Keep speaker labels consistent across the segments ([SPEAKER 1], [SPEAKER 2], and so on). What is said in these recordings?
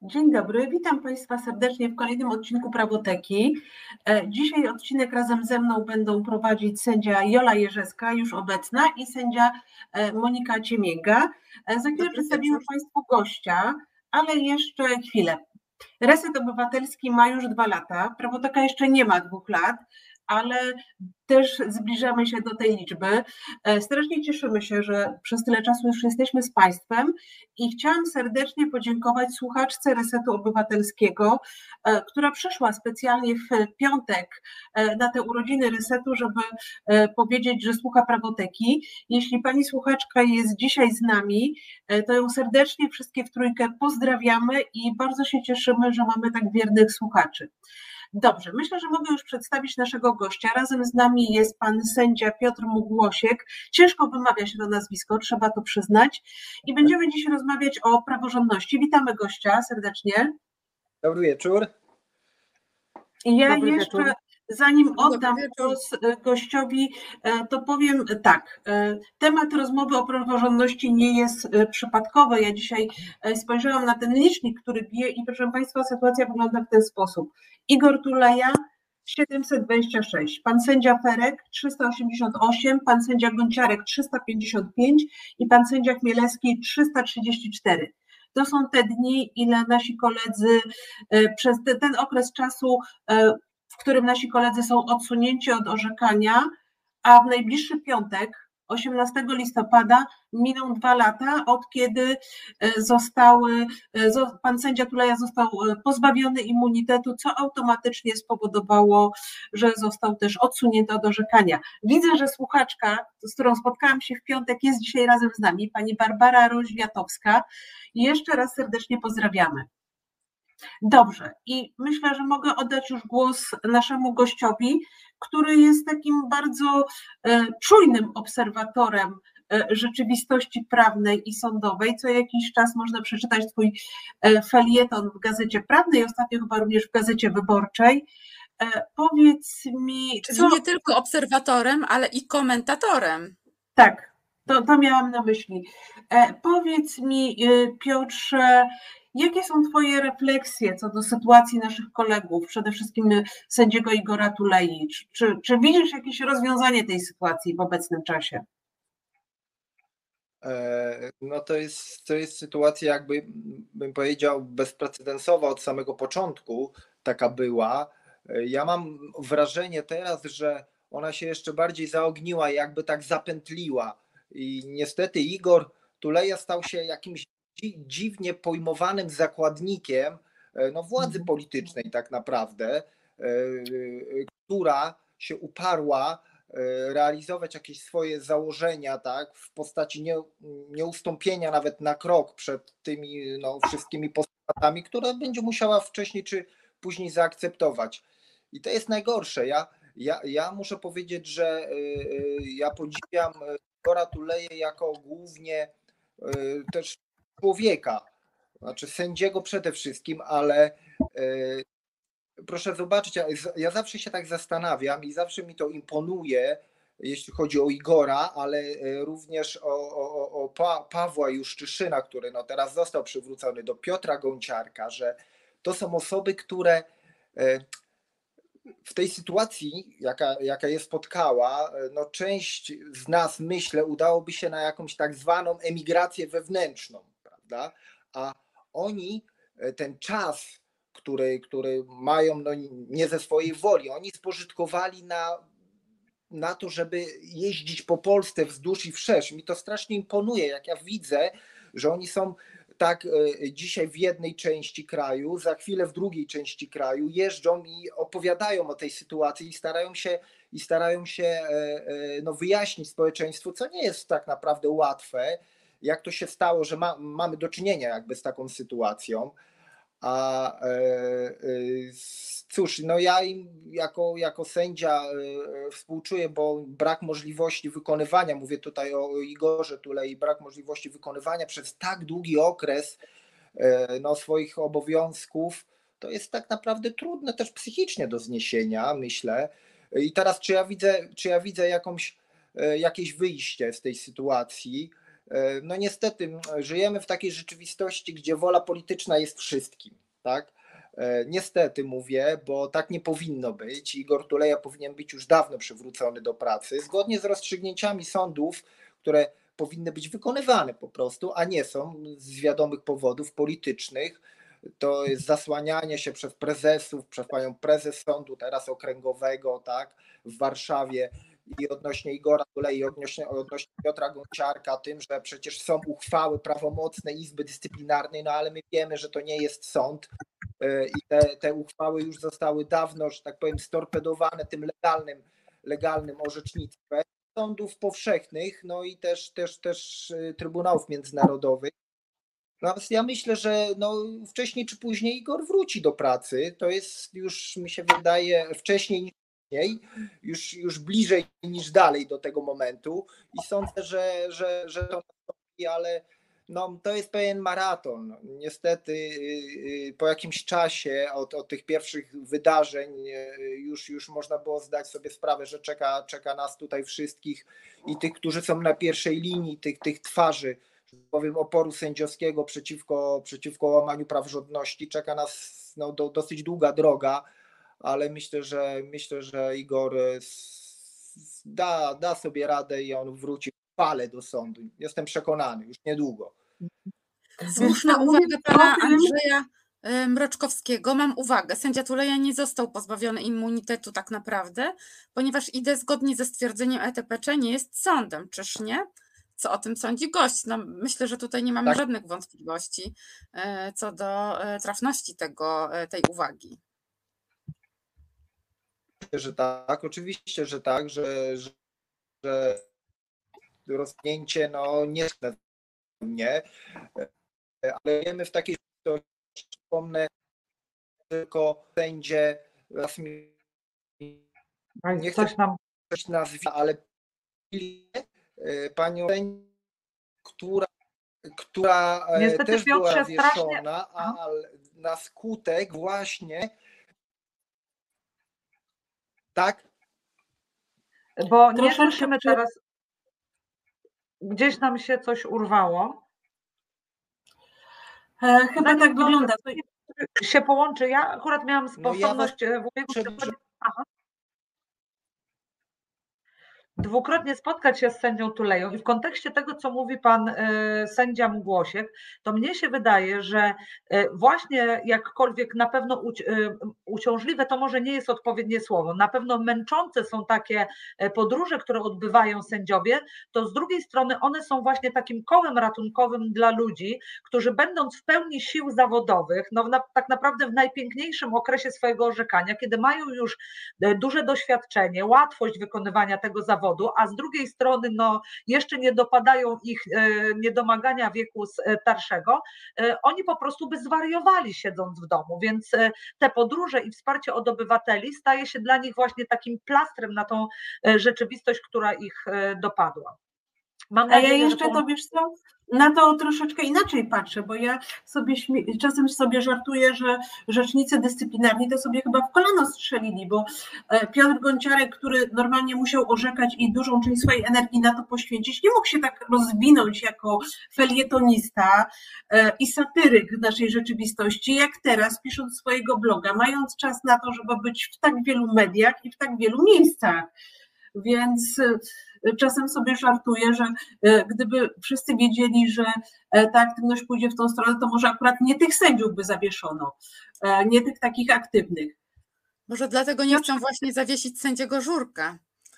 [SPEAKER 1] Dzień dobry, witam Państwa serdecznie w kolejnym odcinku Prawoteki. Dzisiaj odcinek razem ze mną będą prowadzić sędzia Jola Jerzewska, już obecna, i sędzia Monika Ciemięga. Za chwilę przedstawimy Państwu gościa, ale jeszcze chwilę. Reset Obywatelski ma już 2 lata, Prawoteka jeszcze nie ma 2 lat, ale też zbliżamy się do tej liczby. Strasznie cieszymy się, że przez tyle czasu już jesteśmy z Państwem i chciałam serdecznie podziękować słuchaczce Resetu Obywatelskiego, która przyszła specjalnie w piątek na te urodziny Resetu, żeby powiedzieć, że słucha Prawoteki. Jeśli pani słuchaczka jest dzisiaj z nami, to ją serdecznie wszystkie w trójkę pozdrawiamy i bardzo się cieszymy, że mamy tak wiernych słuchaczy. Dobrze, myślę, że mogę już przedstawić naszego gościa. Razem z nami jest pan sędzia Piotr Mugłosiek. Ciężko wymawia się to nazwisko, trzeba to przyznać. I będziemy dziś rozmawiać o praworządności. Witamy gościa serdecznie.
[SPEAKER 2] Dobry wieczór.
[SPEAKER 1] Dobry wieczór. Zanim oddam głos gościowi, to powiem tak. Temat rozmowy o praworządności nie jest przypadkowy. Ja dzisiaj spojrzałam na ten licznik, który bije i proszę Państwa, sytuacja wygląda w ten sposób. Igor Tuleja 726, pan sędzia Ferek 388, pan sędzia Gonciarek 355 i pan sędzia Chmielewski 334. To są te dni, ile nasi koledzy przez ten okres czasu, w którym nasi koledzy są odsunięci od orzekania, a w najbliższy piątek, 18 listopada, miną 2 lata, od kiedy pan sędzia Tuleja został pozbawiony immunitetu, co automatycznie spowodowało, że został też odsunięty od orzekania. Widzę, że słuchaczka, z którą spotkałam się w piątek, jest dzisiaj razem z nami, pani Barbara Roźwiatowska. Jeszcze raz serdecznie pozdrawiamy. Dobrze, i myślę, że mogę oddać już głos naszemu gościowi, który jest takim bardzo czujnym obserwatorem rzeczywistości prawnej i sądowej. Co jakiś czas można przeczytać twój felieton w Gazecie Prawnej, ostatnio chyba również w Gazecie Wyborczej. Powiedz mi...
[SPEAKER 3] Czyli nie tylko obserwatorem, ale i komentatorem.
[SPEAKER 1] Tak, to miałam na myśli. Powiedz mi, Piotrze, jakie są twoje refleksje co do sytuacji naszych kolegów, przede wszystkim sędziego Igora Tulei? Czy widzisz jakieś rozwiązanie tej sytuacji w obecnym czasie?
[SPEAKER 2] No to jest sytuacja, jakby bym powiedział, bezprecedensowa od samego początku, taka była. Ja mam wrażenie teraz, że ona się jeszcze bardziej zaogniła, jakby tak zapętliła. I niestety Igor Tuleja stał się jakimś dziwnie pojmowanym zakładnikiem władzy politycznej tak naprawdę, która się uparła realizować jakieś swoje założenia, tak, w postaci nieustąpienia nawet na krok przed tymi wszystkimi postulatami, które będzie musiała wcześniej czy później zaakceptować. I to jest najgorsze. Ja muszę powiedzieć, że ja podziwiam Igora Tuleję jako głównie też człowieka, znaczy sędziego przede wszystkim, ale proszę zobaczyć, ja zawsze się tak zastanawiam i zawsze mi to imponuje, jeśli chodzi o Igora, ale również o Pawła Juszczyszyna, który teraz został przywrócony, do Piotra Gonciarka, że to są osoby, które w tej sytuacji, jaka je spotkała, część z nas, myślę, udałoby się na jakąś tak zwaną emigrację wewnętrzną, prawda? A oni ten czas, który mają nie ze swojej woli, oni spożytkowali na to, żeby jeździć po Polsce wzdłuż i wszerz. Mi to strasznie imponuje, jak ja widzę, że oni są tak dzisiaj w jednej części kraju, za chwilę w drugiej części kraju, jeżdżą i opowiadają o tej sytuacji i starają się wyjaśnić społeczeństwu, co nie jest tak naprawdę łatwe, jak to się stało, że mamy do czynienia jakby z taką sytuacją. A cóż, ja im jako sędzia współczuję, bo brak możliwości wykonywania, mówię tutaj o Igorze Tulei, brak możliwości wykonywania przez tak długi okres swoich obowiązków, to jest tak naprawdę trudne też psychicznie do zniesienia, myślę. I teraz czy ja widzę jakieś wyjście z tej sytuacji? no niestety żyjemy w takiej rzeczywistości, gdzie wola polityczna jest wszystkim, tak? Niestety mówię, bo tak nie powinno być. Igor Tuleja powinien być już dawno przywrócony do pracy, zgodnie z rozstrzygnięciami sądów, które powinny być wykonywane po prostu, a nie są z wiadomych powodów politycznych. To jest zasłanianie się przez prezesów, przez panią prezes sądu teraz okręgowego, tak, w Warszawie, i odnośnie Igora Tulei, i odnośnie Piotra Gonciarka, tym, że przecież są uchwały prawomocne Izby Dyscyplinarnej, no ale my wiemy, że to nie jest sąd i te uchwały już zostały dawno, że tak powiem, storpedowane tym legalnym orzecznictwem sądów powszechnych, no i też trybunałów międzynarodowych. Natomiast ja myślę, że no, wcześniej czy później Igor wróci do pracy. To jest już, mi się wydaje, wcześniej niż później, już bliżej niż dalej do tego momentu i sądzę, że to nastąpi, ale no, to jest pewien maraton. Niestety po jakimś czasie od tych pierwszych wydarzeń już można było zdać sobie sprawę, że czeka nas tutaj wszystkich i tych, którzy są na pierwszej linii, tych twarzy, powiem, oporu sędziowskiego przeciwko łamaniu praworządności. Czeka nas no, dosyć długa droga, ale myślę, że Igor da sobie radę i on wróci w fale do sądu. Jestem przekonany, już niedługo.
[SPEAKER 3] Słuszna uwaga pana Andrzeja Mroczkowskiego. Mam uwagę, sędzia Tuleja nie został pozbawiony immunitetu tak naprawdę, ponieważ IDE zgodnie ze stwierdzeniem ETPC nie jest sądem, czyż nie? Co o tym sądzi gość? No, myślę, że tutaj nie mamy żadnych wątpliwości co do trafności tej uwagi.
[SPEAKER 2] Że tak, oczywiście, że tak, że rozwinięcie no nie, ale wiemy w takiej sytuacji, wspomnę tylko sędzie, nie chcę coś nazwać, ale panią sędzię, która
[SPEAKER 4] niestety,
[SPEAKER 2] też
[SPEAKER 4] Piotrze,
[SPEAKER 2] była wieszona, a na skutek właśnie tak?
[SPEAKER 4] Bo nie słyszymy teraz, gdzieś nam się coś urwało.
[SPEAKER 1] Chyba tak wygląda.
[SPEAKER 4] Się połączy. Ja akurat miałam sposobność dwukrotnie spotkać się z sędzią Tuleją i w kontekście tego, co mówi pan sędzia Mgłosiek, to mnie się wydaje, że właśnie jakkolwiek na pewno uciążliwe to może nie jest odpowiednie słowo, na pewno męczące są takie podróże, które odbywają sędziowie, to z drugiej strony one są właśnie takim kołem ratunkowym dla ludzi, którzy będąc w pełni sił zawodowych, no tak naprawdę w najpiękniejszym okresie swojego orzekania, kiedy mają już duże doświadczenie, łatwość wykonywania tego zawodu, a z drugiej strony no, jeszcze nie dopadają ich niedomagania wieku starszego, oni po prostu by zwariowali siedząc w domu, więc te podróże i wsparcie od obywateli staje się dla nich właśnie takim plastrem na tą rzeczywistość, która ich dopadła.
[SPEAKER 1] Mam nadzieję, ja jeszcze to wiesz co, na to troszeczkę inaczej patrzę, bo ja sobie czasem sobie żartuję, że rzecznicy dyscyplinarni to sobie chyba w kolano strzelili, bo Piotr Gonciarek, który normalnie musiał orzekać i dużą część swojej energii na to poświęcić, nie mógł się tak rozwinąć jako felietonista i satyryk naszej rzeczywistości, jak teraz, pisząc swojego bloga, mając czas na to, żeby być w tak wielu mediach i w tak wielu miejscach. Więc czasem sobie żartuję, że gdyby wszyscy wiedzieli, że ta aktywność pójdzie w tą stronę, to może akurat nie tych sędziów by zawieszono, nie tych takich aktywnych.
[SPEAKER 3] Może dlatego nie chcą właśnie zawiesić sędziego Żurka.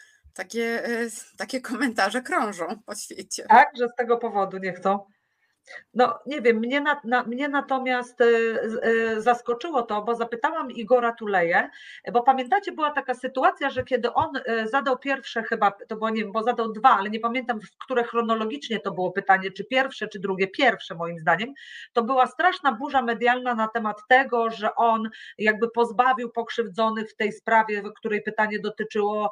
[SPEAKER 3] Takie komentarze krążą po świecie.
[SPEAKER 4] Tak, że z tego powodu nie chcą. No nie wiem, mnie natomiast zaskoczyło to, bo zapytałam Igora Tuleję, bo pamiętacie, była taka sytuacja, że kiedy on zadał pierwsze chyba, to było, nie wiem, bo zadał dwa, ale nie pamiętam, w które chronologicznie to było pytanie, czy pierwsze, czy drugie, pierwsze moim zdaniem, to była straszna burza medialna na temat tego, że on jakby pozbawił pokrzywdzonych w tej sprawie, w której pytanie dotyczyło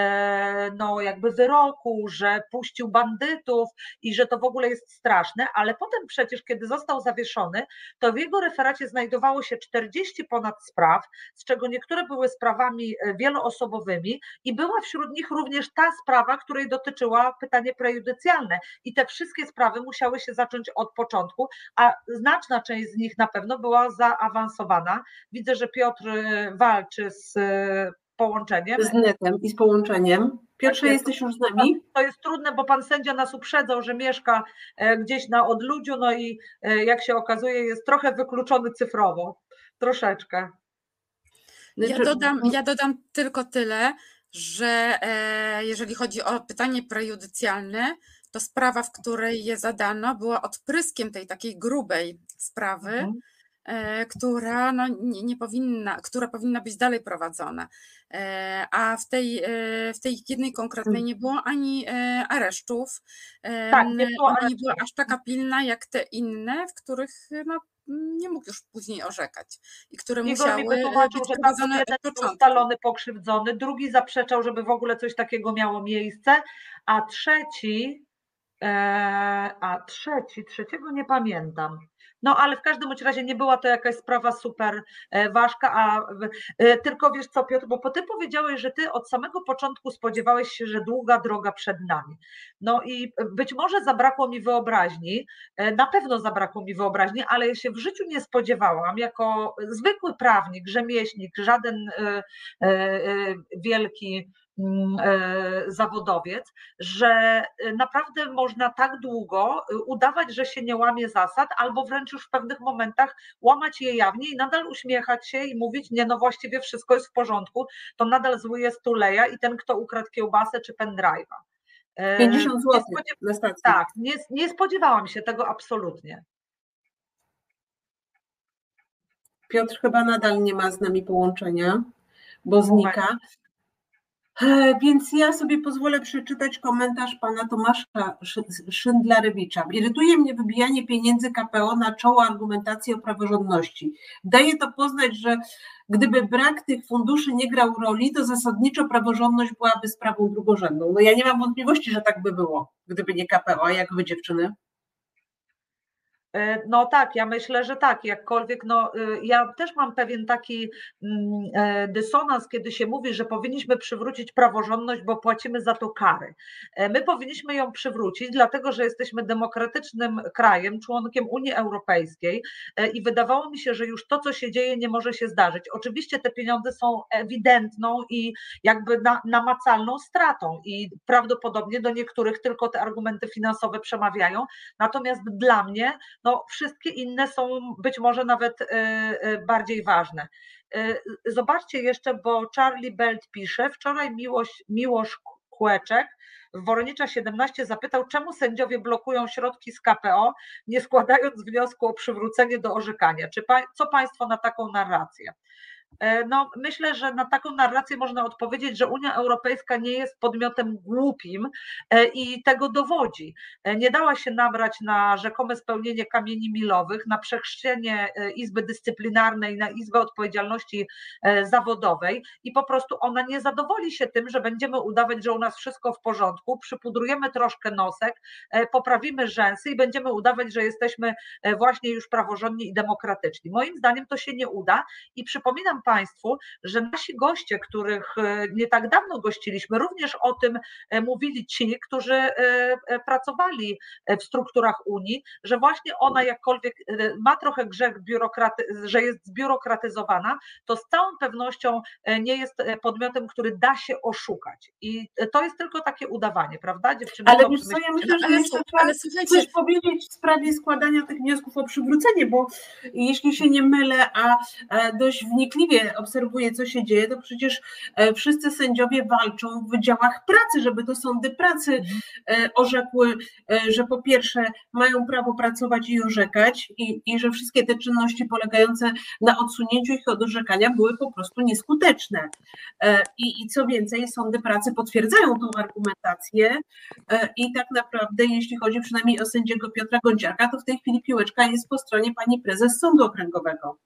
[SPEAKER 4] no jakby wyroku, że puścił bandytów i że to w ogóle jest straszne, ale ale potem przecież, kiedy został zawieszony, to w jego referacie znajdowało się 40 ponad spraw, z czego niektóre były sprawami wieloosobowymi i była wśród nich również ta sprawa, której dotyczyła pytanie prejudycjalne i te wszystkie sprawy musiały się zacząć od początku, a znaczna część z nich na pewno była zaawansowana. Widzę, że Piotr walczy z połączeniem.
[SPEAKER 1] Z netem i z połączeniem. Piotrze, jesteś już z nami?
[SPEAKER 4] To jest trudne, bo pan sędzia nas uprzedzał, że mieszka gdzieś na odludziu, no i jak się okazuje, jest trochę wykluczony cyfrowo. Troszeczkę.
[SPEAKER 3] Ja dodam tylko tyle, że jeżeli chodzi o pytanie prejudycjalne, to sprawa, w której je zadano, była odpryskiem tej takiej grubej sprawy, która która powinna być dalej prowadzona. A w tej jednej konkretnej nie było ani aresztów,
[SPEAKER 4] Tak,
[SPEAKER 3] ona nie była aż taka pilna jak te inne, w których nie mógł już później orzekać i które musiały być prowadzone od początku.
[SPEAKER 4] Ustalony pokrzywdzony, drugi zaprzeczał, żeby w ogóle coś takiego miało miejsce, a trzeciego nie pamiętam. No ale w każdym razie nie była to jakaś sprawa super ważka, tylko wiesz co, Piotr, bo ty powiedziałeś, że ty od samego początku spodziewałeś się, że długa droga przed nami. No i być może zabrakło mi wyobraźni, na pewno zabrakło mi wyobraźni, ale ja się w życiu nie spodziewałam, jako zwykły prawnik, rzemieślnik, żaden wielki zawodowiec, że naprawdę można tak długo udawać, że się nie łamie zasad, albo wręcz już w pewnych momentach łamać je jawnie i nadal uśmiechać się i mówić, nie, no właściwie wszystko jest w porządku, to nadal zły jest Tuleja i ten, kto ukradł kiełbasę czy pendrive'a.
[SPEAKER 1] 50 zł na stacji.
[SPEAKER 4] Tak, nie spodziewałam się tego absolutnie.
[SPEAKER 1] Piotr chyba nadal nie ma z nami połączenia, bo znika. Więc ja sobie pozwolę przeczytać komentarz pana Tomasza Szyndlarewicza. Irytuje mnie wybijanie pieniędzy KPO na czoło argumentacji o praworządności. Daje to poznać, że gdyby brak tych funduszy nie grał roli, to zasadniczo praworządność byłaby sprawą drugorzędną. No ja nie mam wątpliwości, że tak by było, gdyby nie KPO. A jak wy, dziewczyny?
[SPEAKER 4] No tak, ja myślę, że tak, jakkolwiek ja też mam pewien taki dysonans, kiedy się mówi, że powinniśmy przywrócić praworządność, bo płacimy za to kary. My powinniśmy ją przywrócić, dlatego że jesteśmy demokratycznym krajem, członkiem Unii Europejskiej i wydawało mi się, że już to, co się dzieje, nie może się zdarzyć. Oczywiście te pieniądze są ewidentną i jakby namacalną stratą i prawdopodobnie do niektórych tylko te argumenty finansowe przemawiają, natomiast dla mnie wszystkie inne są być może nawet bardziej ważne. Zobaczcie jeszcze, bo Charlie Belt pisze, wczoraj Miłosz Kłeczek w Woronicza 17 zapytał, czemu sędziowie blokują środki z KPO, nie składając wniosku o przywrócenie do orzekania. Co państwo na taką narrację? No, myślę, że na taką narrację można odpowiedzieć, że Unia Europejska nie jest podmiotem głupim i tego dowodzi. Nie dała się nabrać na rzekome spełnienie kamieni milowych, na przechrzczenie Izby Dyscyplinarnej, na Izbę Odpowiedzialności Zawodowej i po prostu ona nie zadowoli się tym, że będziemy udawać, że u nas wszystko w porządku, przypudrujemy troszkę nosek, poprawimy rzęsy i będziemy udawać, że jesteśmy właśnie już praworządni i demokratyczni. Moim zdaniem to się nie uda i przypominam państwu, że nasi goście, których nie tak dawno gościliśmy, również o tym mówili ci, którzy pracowali w strukturach Unii, że właśnie ona jakkolwiek ma trochę grzech że jest zbiurokratyzowana, to z całą pewnością nie jest podmiotem, który da się oszukać. I to jest tylko takie udawanie, prawda, dziewczyny?
[SPEAKER 1] Ale wiesz co, ja myślę, że jeszcze trzeba coś powiedzieć w sprawie składania tych wniosków o przywrócenie, bo jeśli się nie mylę, a dość wnikliwie obserwuję, co się dzieje, to przecież wszyscy sędziowie walczą w wydziałach pracy, żeby to sądy pracy orzekły, że po pierwsze mają prawo pracować i orzekać i że wszystkie te czynności polegające na odsunięciu ich od orzekania były po prostu nieskuteczne. I co więcej, sądy pracy potwierdzają tą argumentację i tak naprawdę, jeśli chodzi przynajmniej o sędziego Piotra Gąciarka, to w tej chwili piłeczka jest po stronie pani prezes Sądu Okręgowego.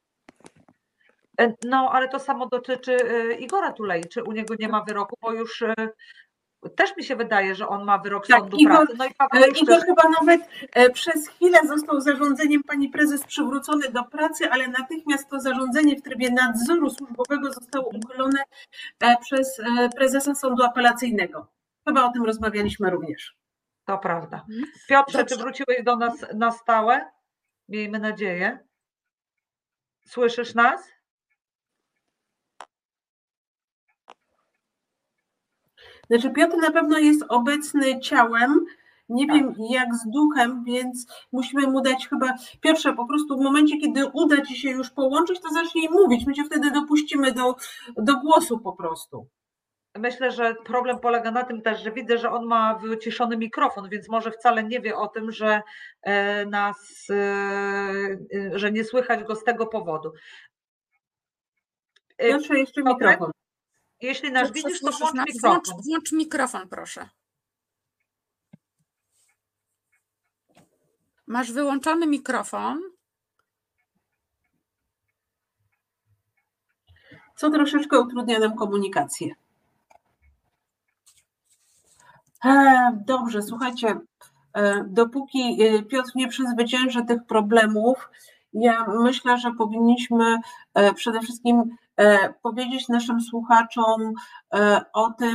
[SPEAKER 4] No, ale to samo dotyczy Igora Tulei, czy u niego nie ma wyroku, bo już Też mi się wydaje, że on ma wyrok
[SPEAKER 1] Tak,
[SPEAKER 4] sądu
[SPEAKER 1] Igor,
[SPEAKER 4] pracy. No i Paweł już
[SPEAKER 1] Igor
[SPEAKER 4] też...
[SPEAKER 1] chyba nawet przez chwilę został zarządzeniem pani prezes przywrócony do pracy, ale natychmiast to zarządzenie w trybie nadzoru służbowego zostało uchylone przez prezesa Sądu Apelacyjnego. Chyba o tym rozmawialiśmy również.
[SPEAKER 4] To prawda. Piotrze,
[SPEAKER 3] Dobrze.
[SPEAKER 4] czy wróciłeś do nas na stałe? Miejmy nadzieję. Słyszysz nas?
[SPEAKER 1] Znaczy Piotr na pewno jest obecny ciałem, nie
[SPEAKER 4] Tak.
[SPEAKER 1] wiem jak z duchem, więc musimy mu dać chyba, Piotrze, po prostu w momencie, kiedy uda ci się już połączyć, to zacznij mówić, my cię wtedy dopuścimy do głosu po prostu.
[SPEAKER 4] Myślę, że problem polega na tym też, że widzę, że on ma wyciszony mikrofon, więc może wcale nie wie o tym, że że nie słychać go z tego powodu.
[SPEAKER 1] Piotrze, jeszcze mikrofon.
[SPEAKER 4] Jeśli nas
[SPEAKER 3] Piotrze,
[SPEAKER 4] widzisz, to
[SPEAKER 3] słyszysz
[SPEAKER 4] włącz
[SPEAKER 3] nas?
[SPEAKER 4] mikrofon.
[SPEAKER 3] Włącz mikrofon, proszę. Masz wyłączony mikrofon.
[SPEAKER 1] Co troszeczkę utrudnia nam komunikację. Dobrze, słuchajcie, dopóki Piotr nie przezwycięży tych problemów, ja myślę, że powinniśmy przede wszystkim powiedzieć naszym słuchaczom o tym,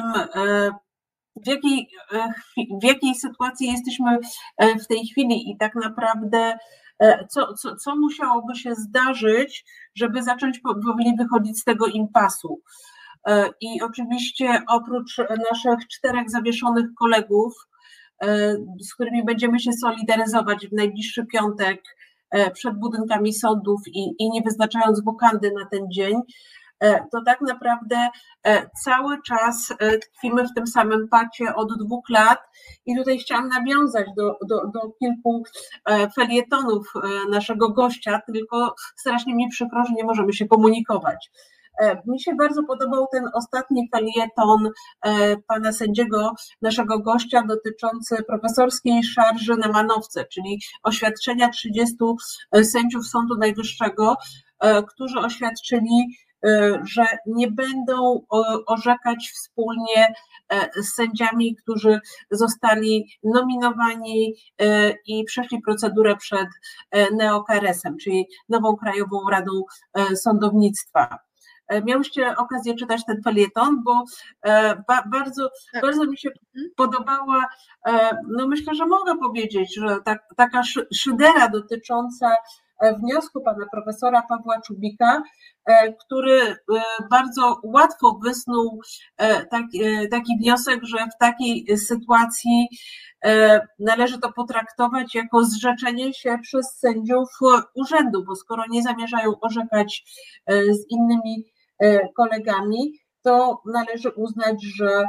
[SPEAKER 1] w jakiej sytuacji jesteśmy w tej chwili i tak naprawdę co musiałoby się zdarzyć, żeby zacząć powoli wychodzić z tego impasu. I oczywiście oprócz naszych 4 zawieszonych kolegów, z którymi będziemy się solidaryzować w najbliższy piątek przed budynkami sądów i nie wyznaczając wokandy na ten dzień, to tak naprawdę cały czas tkwimy w tym samym pacie od 2 lat i tutaj chciałam nawiązać do kilku felietonów naszego gościa, tylko strasznie mi przykro, że nie możemy się komunikować. Mi się bardzo podobał ten ostatni felieton pana sędziego, naszego gościa, dotyczący profesorskiej szarży na manowce, czyli oświadczenia 30 sędziów Sądu Najwyższego, którzy oświadczyli, że nie będą orzekać wspólnie z sędziami, którzy zostali nominowani i przeszli procedurę przed NeoKRS-em, czyli Nową Krajową Radą Sądownictwa. Miałyście okazję czytać ten felieton, bo bardzo mi się podobała, no myślę, że mogę powiedzieć, że taka szydera dotycząca wniosku pana profesora Pawła Czubika, który bardzo łatwo wysnuł taki wniosek, że w takiej sytuacji należy to potraktować jako zrzeczenie się przez sędziów urzędu, bo skoro nie zamierzają orzekać z innymi kolegami, to należy uznać, że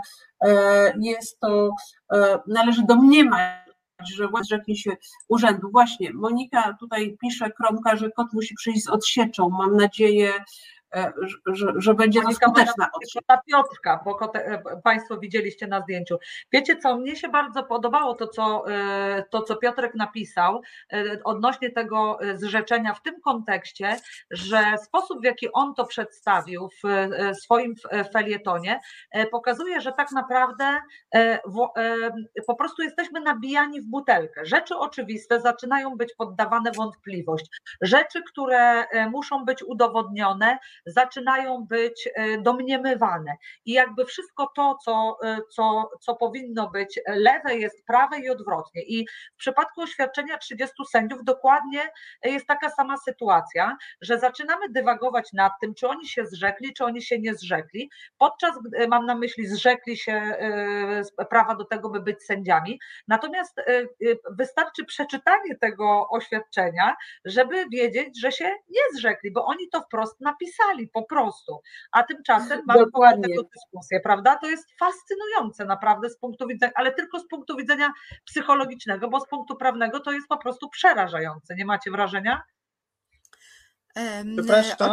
[SPEAKER 1] należy domniemać, że zrzekli się urzędu. Właśnie, Monika tutaj pisze, Kromka, że kot musi przyjść z odsieczą. Mam nadzieję, że będzie to skuteczna odsiecz.
[SPEAKER 4] Kota Piotrka, bo Państwo widzieliście na zdjęciu. Wiecie co, mnie się bardzo podobało to, co Piotrek napisał odnośnie tego zrzeczenia w tym kontekście, że sposób, w jaki on to przedstawił w swoim felietonie, pokazuje, że tak naprawdę po prostu jesteśmy nabijani w butelkę. Rzeczy oczywiste zaczynają być poddawane wątpliwość. Rzeczy, które muszą być udowodnione, zaczynają być domniemywane i jakby wszystko to, co powinno być lewe, jest prawe i odwrotnie. I w przypadku oświadczenia 30 sędziów dokładnie jest taka sama sytuacja, że zaczynamy dywagować nad tym, czy oni się zrzekli, czy oni się nie zrzekli, podczas gdy, mam na myśli, zrzekli się prawa do tego, by być sędziami. Natomiast wystarczy przeczytanie tego oświadczenia, żeby wiedzieć, że się nie zrzekli, bo oni to wprost napisali po prostu, a tymczasem mamy wokół tego dyskusję, prawda? To jest fascynujące naprawdę z punktu widzenia, ale tylko z punktu widzenia psychologicznego, bo z punktu prawnego to jest po prostu przerażające. Nie macie wrażenia?
[SPEAKER 2] Przepraszam,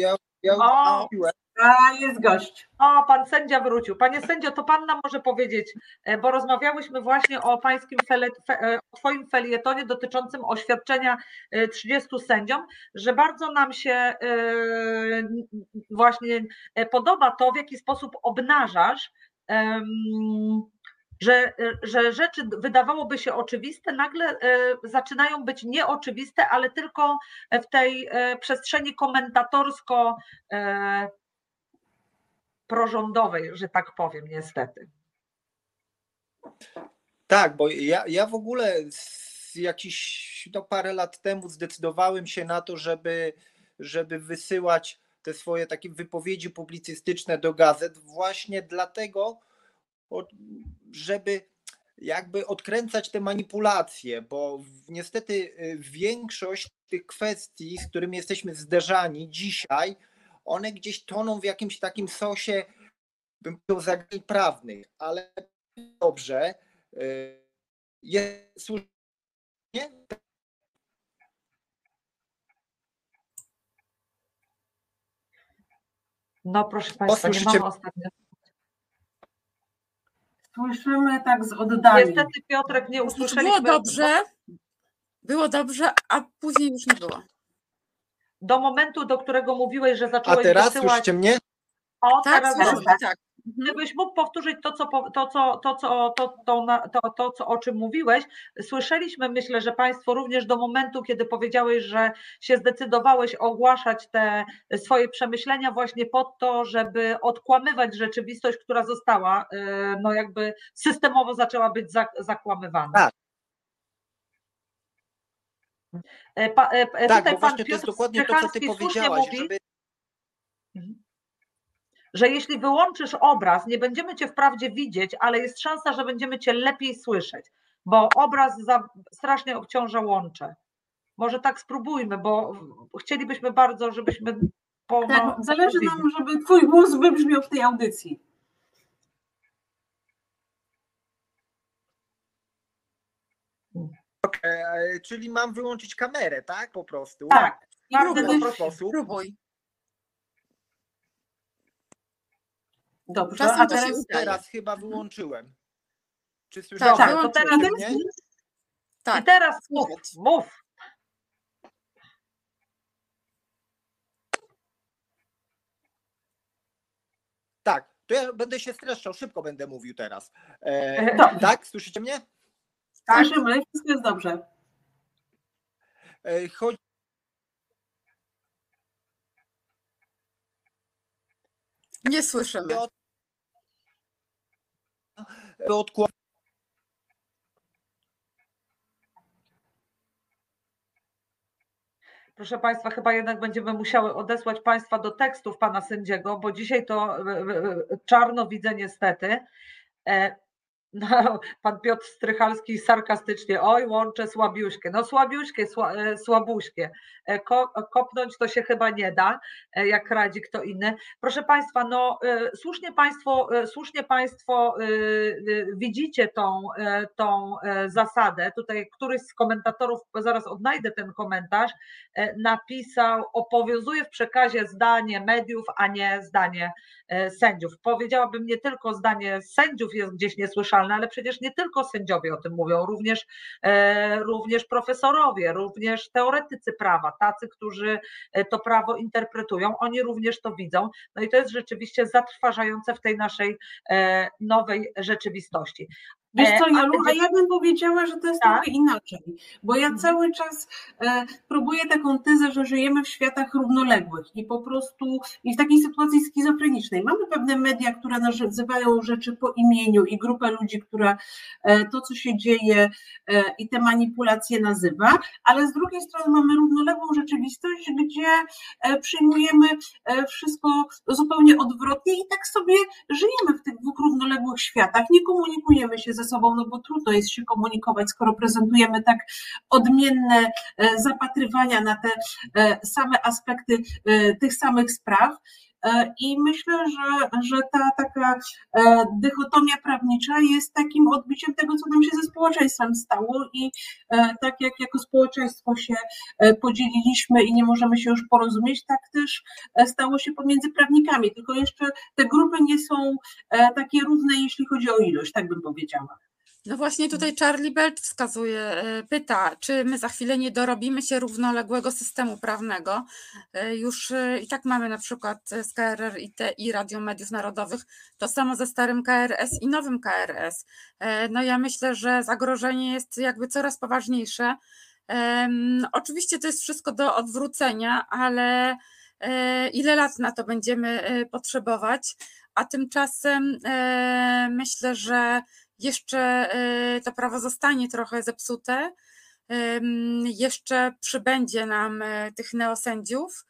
[SPEAKER 1] Jest gość.
[SPEAKER 4] O, pan sędzia wrócił. Panie sędzio, to pan nam może powiedzieć, bo rozmawiałyśmy właśnie o pańskim o twoim felietonie dotyczącym oświadczenia 30 sędziom, że bardzo nam się właśnie podoba to, w jaki sposób obnażasz że rzeczy wydawałoby się oczywiste, nagle zaczynają być nieoczywiste, ale tylko w tej przestrzeni komentatorsko-prorządowej, że tak powiem, niestety.
[SPEAKER 2] Tak, bo ja w ogóle jakieś parę lat temu zdecydowałem się na to, żeby wysyłać te swoje takie wypowiedzi publicystyczne do gazet właśnie dlatego, żeby jakby odkręcać te manipulacje, bo niestety większość tych kwestii, z którymi jesteśmy zderzani dzisiaj, one gdzieś toną w jakimś takim sosie, bym powiedział, zagadnień prawnych, ale dobrze. Jest słusznie?
[SPEAKER 4] No proszę Państwa, nie mamy ostatnio.
[SPEAKER 1] Słyszymy tak z oddali.
[SPEAKER 4] Niestety Piotrek nie usłyszeliśmy.
[SPEAKER 3] Było dobrze, a później już nie było.
[SPEAKER 4] Do momentu, do którego mówiłeś, że zacząłeś
[SPEAKER 2] wysyłać... A teraz
[SPEAKER 4] wysyłać...
[SPEAKER 2] słyszycie mnie?
[SPEAKER 4] O,
[SPEAKER 3] tak,
[SPEAKER 4] teraz
[SPEAKER 3] tak.
[SPEAKER 4] Gdybyś mógł powtórzyć o czym mówiłeś, słyszeliśmy, myślę, że Państwo również do momentu, kiedy powiedziałeś, że się zdecydowałeś ogłaszać te swoje przemyślenia właśnie po to, żeby odkłamywać rzeczywistość, która została, no jakby systemowo zaczęła być zakłamywana.
[SPEAKER 2] Tak.
[SPEAKER 4] Tutaj
[SPEAKER 2] bo właśnie to jest dokładnie to, co ty powiedziałaś, żeby...
[SPEAKER 4] że jeśli wyłączysz obraz, nie będziemy cię wprawdzie widzieć, ale jest szansa, że będziemy cię lepiej słyszeć, bo obraz strasznie obciąża łącze. Może tak spróbujmy, bo chcielibyśmy bardzo, żebyśmy...
[SPEAKER 1] Tak, zależy nam, żeby twój głos wybrzmiał w tej audycji.
[SPEAKER 2] Czyli mam wyłączyć kamerę, tak? Po prostu.
[SPEAKER 4] Tak,
[SPEAKER 3] Próbuj.
[SPEAKER 1] Dobrze, a
[SPEAKER 2] teraz chyba wyłączyłem. Czy
[SPEAKER 3] słyszycie?
[SPEAKER 4] Tak, to teraz
[SPEAKER 2] mnie?
[SPEAKER 4] Tak. I teraz mów.
[SPEAKER 2] Tak, to ja będę się streszczał, szybko będę mówił teraz. Tak, słyszycie mnie?
[SPEAKER 1] Tak, słyszymy, wszystko jest dobrze.
[SPEAKER 2] Chodzi
[SPEAKER 3] Nie słyszymy.
[SPEAKER 4] Proszę Państwa, chyba jednak będziemy musiały odesłać Państwa do tekstów pana sędziego, bo dzisiaj to czarno widzę niestety. No, pan Piotr Strychalski sarkastycznie, oj łącze słabiuśkie, no słabiuśkie, słabuśkie, kopnąć to się chyba nie da, jak radzi kto inny. Proszę Państwa, no słusznie Państwo widzicie tą zasadę, tutaj któryś z komentatorów, zaraz odnajdę ten komentarz, napisał, obowiązuje w przekazie zdanie mediów, a nie zdanie sędziów. Powiedziałabym, nie tylko zdanie sędziów jest gdzieś niesłyszalne, ale przecież nie tylko sędziowie o tym mówią, również profesorowie, również teoretycy prawa, tacy, którzy to prawo interpretują, oni również to widzą. No i to jest rzeczywiście zatrważające w tej naszej nowej rzeczywistości.
[SPEAKER 1] Wiesz co, Jolu, a ja bym powiedziała, że to jest trochę inaczej, bo ja cały czas próbuję taką tezę, że żyjemy w światach równoległych i po prostu i w takiej sytuacji schizofrenicznej. Mamy pewne media, które nazywają rzeczy po imieniu i grupę ludzi, która to, co się dzieje i te manipulacje nazywa, ale z drugiej strony mamy równoległą rzeczywistość, gdzie przyjmujemy wszystko zupełnie odwrotnie i tak sobie żyjemy w tych dwóch równoległych światach, nie komunikujemy się ze sobą, no bo trudno jest się komunikować, skoro prezentujemy tak odmienne zapatrywania na te same aspekty tych samych spraw. I myślę, że ta taka dychotomia prawnicza jest takim odbiciem tego, co nam się ze społeczeństwem stało i tak jak jako społeczeństwo się podzieliliśmy i nie możemy się już porozumieć, tak też stało się pomiędzy prawnikami, tylko jeszcze te grupy nie są takie równe, jeśli chodzi o ilość, tak bym powiedziała.
[SPEAKER 3] No właśnie tutaj Charlie Belt wskazuje, pyta, czy my za chwilę nie dorobimy się równoległego systemu prawnego. Już i tak mamy na przykład z KRR i Radio Mediów Narodowych to samo ze starym KRS i nowym KRS. No ja myślę, że zagrożenie jest jakby coraz poważniejsze. Oczywiście to jest wszystko do odwrócenia, ale ile lat na to będziemy potrzebować, a tymczasem myślę, że jeszcze to prawo zostanie trochę zepsute, jeszcze przybędzie nam tych neosędziów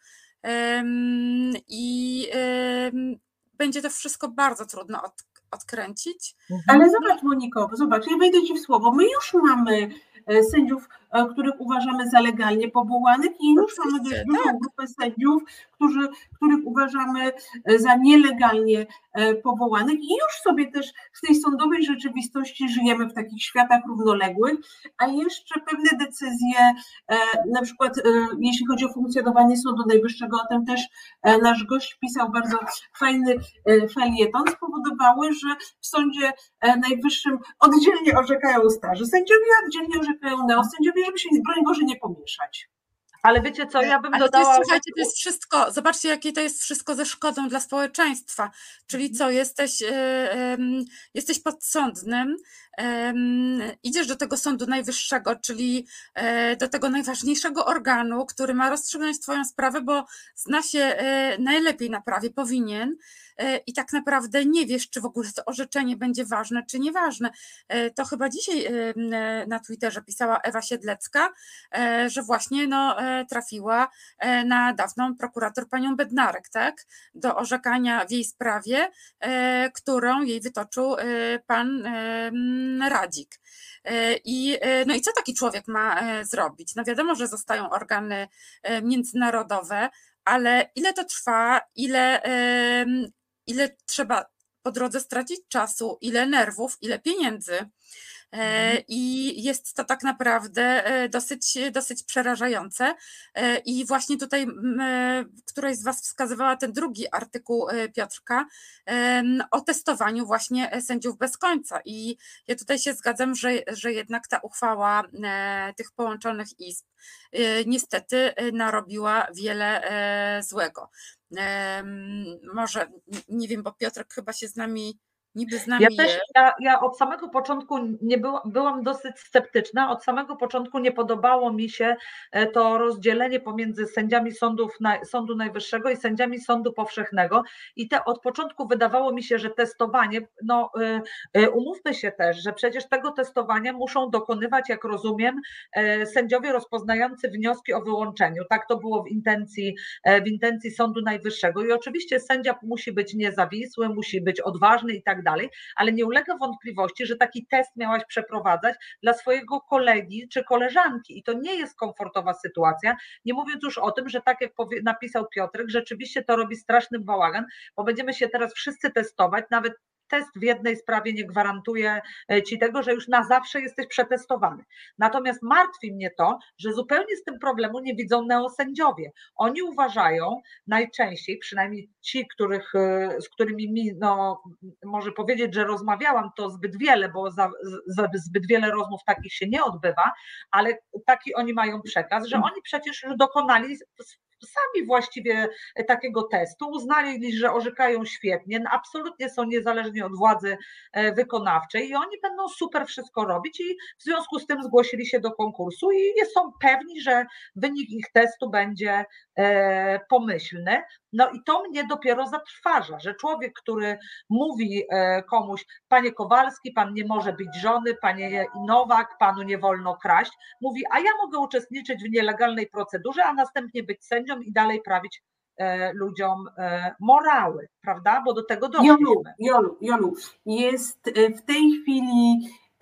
[SPEAKER 3] i będzie to wszystko bardzo trudno odkręcić.
[SPEAKER 1] Ale zobacz, Moniko, zobacz, ja wejdę Ci w słowo, my już mamy sędziów, których uważamy za legalnie powołanych i już mamy dość dużą grupę sędziów, których uważamy za nielegalnie powołanych i już sobie też w tej sądowej rzeczywistości żyjemy w takich światach równoległych, a jeszcze pewne decyzje, na przykład jeśli chodzi o funkcjonowanie Sądu Najwyższego, o tym też nasz gość pisał bardzo fajny felieton, spowodowały, że w Sądzie Najwyższym oddzielnie orzekają starzy sędziowie, oddzielnie orzekają neosędziowie, żeby się, broń Boże, nie pomieszać.
[SPEAKER 4] Ale wiecie co, ja bym dodała...
[SPEAKER 3] Słuchajcie, to jest wszystko, zobaczcie, jakie to jest wszystko ze szkodą dla społeczeństwa. Czyli co, jesteś podsądnym, idziesz do tego Sądu Najwyższego, czyli do tego najważniejszego organu, który ma rozstrzygnąć twoją sprawę, bo zna się najlepiej na prawie, powinien, i tak naprawdę nie wiesz, czy w ogóle to orzeczenie będzie ważne, czy nieważne. To chyba dzisiaj na Twitterze pisała Ewa Siedlecka, że właśnie trafiła na dawną prokurator panią Bednarek, tak, do orzekania w jej sprawie, którą jej wytoczył pan Radzik. I co taki człowiek ma zrobić? No wiadomo, że zostają organy międzynarodowe, ale ile to trwa, ile trzeba po drodze stracić czasu, ile nerwów, ile pieniędzy. I jest to tak naprawdę dosyć przerażające. I właśnie tutaj któraś z Was wskazywała ten drugi artykuł Piotrka o testowaniu właśnie sędziów bez końca. I ja tutaj się zgadzam, że jednak ta uchwała tych połączonych izb niestety narobiła wiele złego. Może, nie wiem, bo Piotrek chyba się z nami
[SPEAKER 4] Ja od samego początku byłam dosyć sceptyczna, od samego początku nie podobało mi się to rozdzielenie pomiędzy sędziami Sądu Najwyższego i sędziami Sądu Powszechnego i od początku wydawało mi się, że testowanie, umówmy się też, że przecież tego testowania muszą dokonywać, jak rozumiem, sędziowie rozpoznający wnioski o wyłączeniu. Tak to było w intencji Sądu Najwyższego i oczywiście sędzia musi być niezawisły, musi być odważny i tak dalej, ale nie ulega wątpliwości, że taki test miałaś przeprowadzać dla swojego kolegi czy koleżanki i to nie jest komfortowa sytuacja, nie mówiąc już o tym, że tak jak napisał Piotrek, rzeczywiście to robi straszny bałagan, bo będziemy się teraz wszyscy testować, nawet test w jednej sprawie nie gwarantuje ci tego, że już na zawsze jesteś przetestowany. Natomiast martwi mnie to, że zupełnie z tym problemu nie widzą neosędziowie. Oni uważają najczęściej, przynajmniej ci, z którymi może powiedzieć, że rozmawiałam, to zbyt wiele, bo zbyt wiele rozmów takich się nie odbywa, ale taki oni mają przekaz, że oni przecież już dokonali sami właściwie takiego testu, uznali, że orzekają świetnie, absolutnie są niezależni od władzy wykonawczej i oni będą super wszystko robić i w związku z tym zgłosili się do konkursu i są pewni, że wynik ich testu będzie pomyślny. No i to mnie dopiero zatrważa, że człowiek, który mówi komuś, panie Kowalski, pan nie może być żony, panie Nowak, panu nie wolno kraść, mówi, a ja mogę uczestniczyć w nielegalnej procedurze, a następnie być sędzią i dalej prawić ludziom morały, prawda? Bo do tego doszliśmy.
[SPEAKER 1] Jolu, jest w tej chwili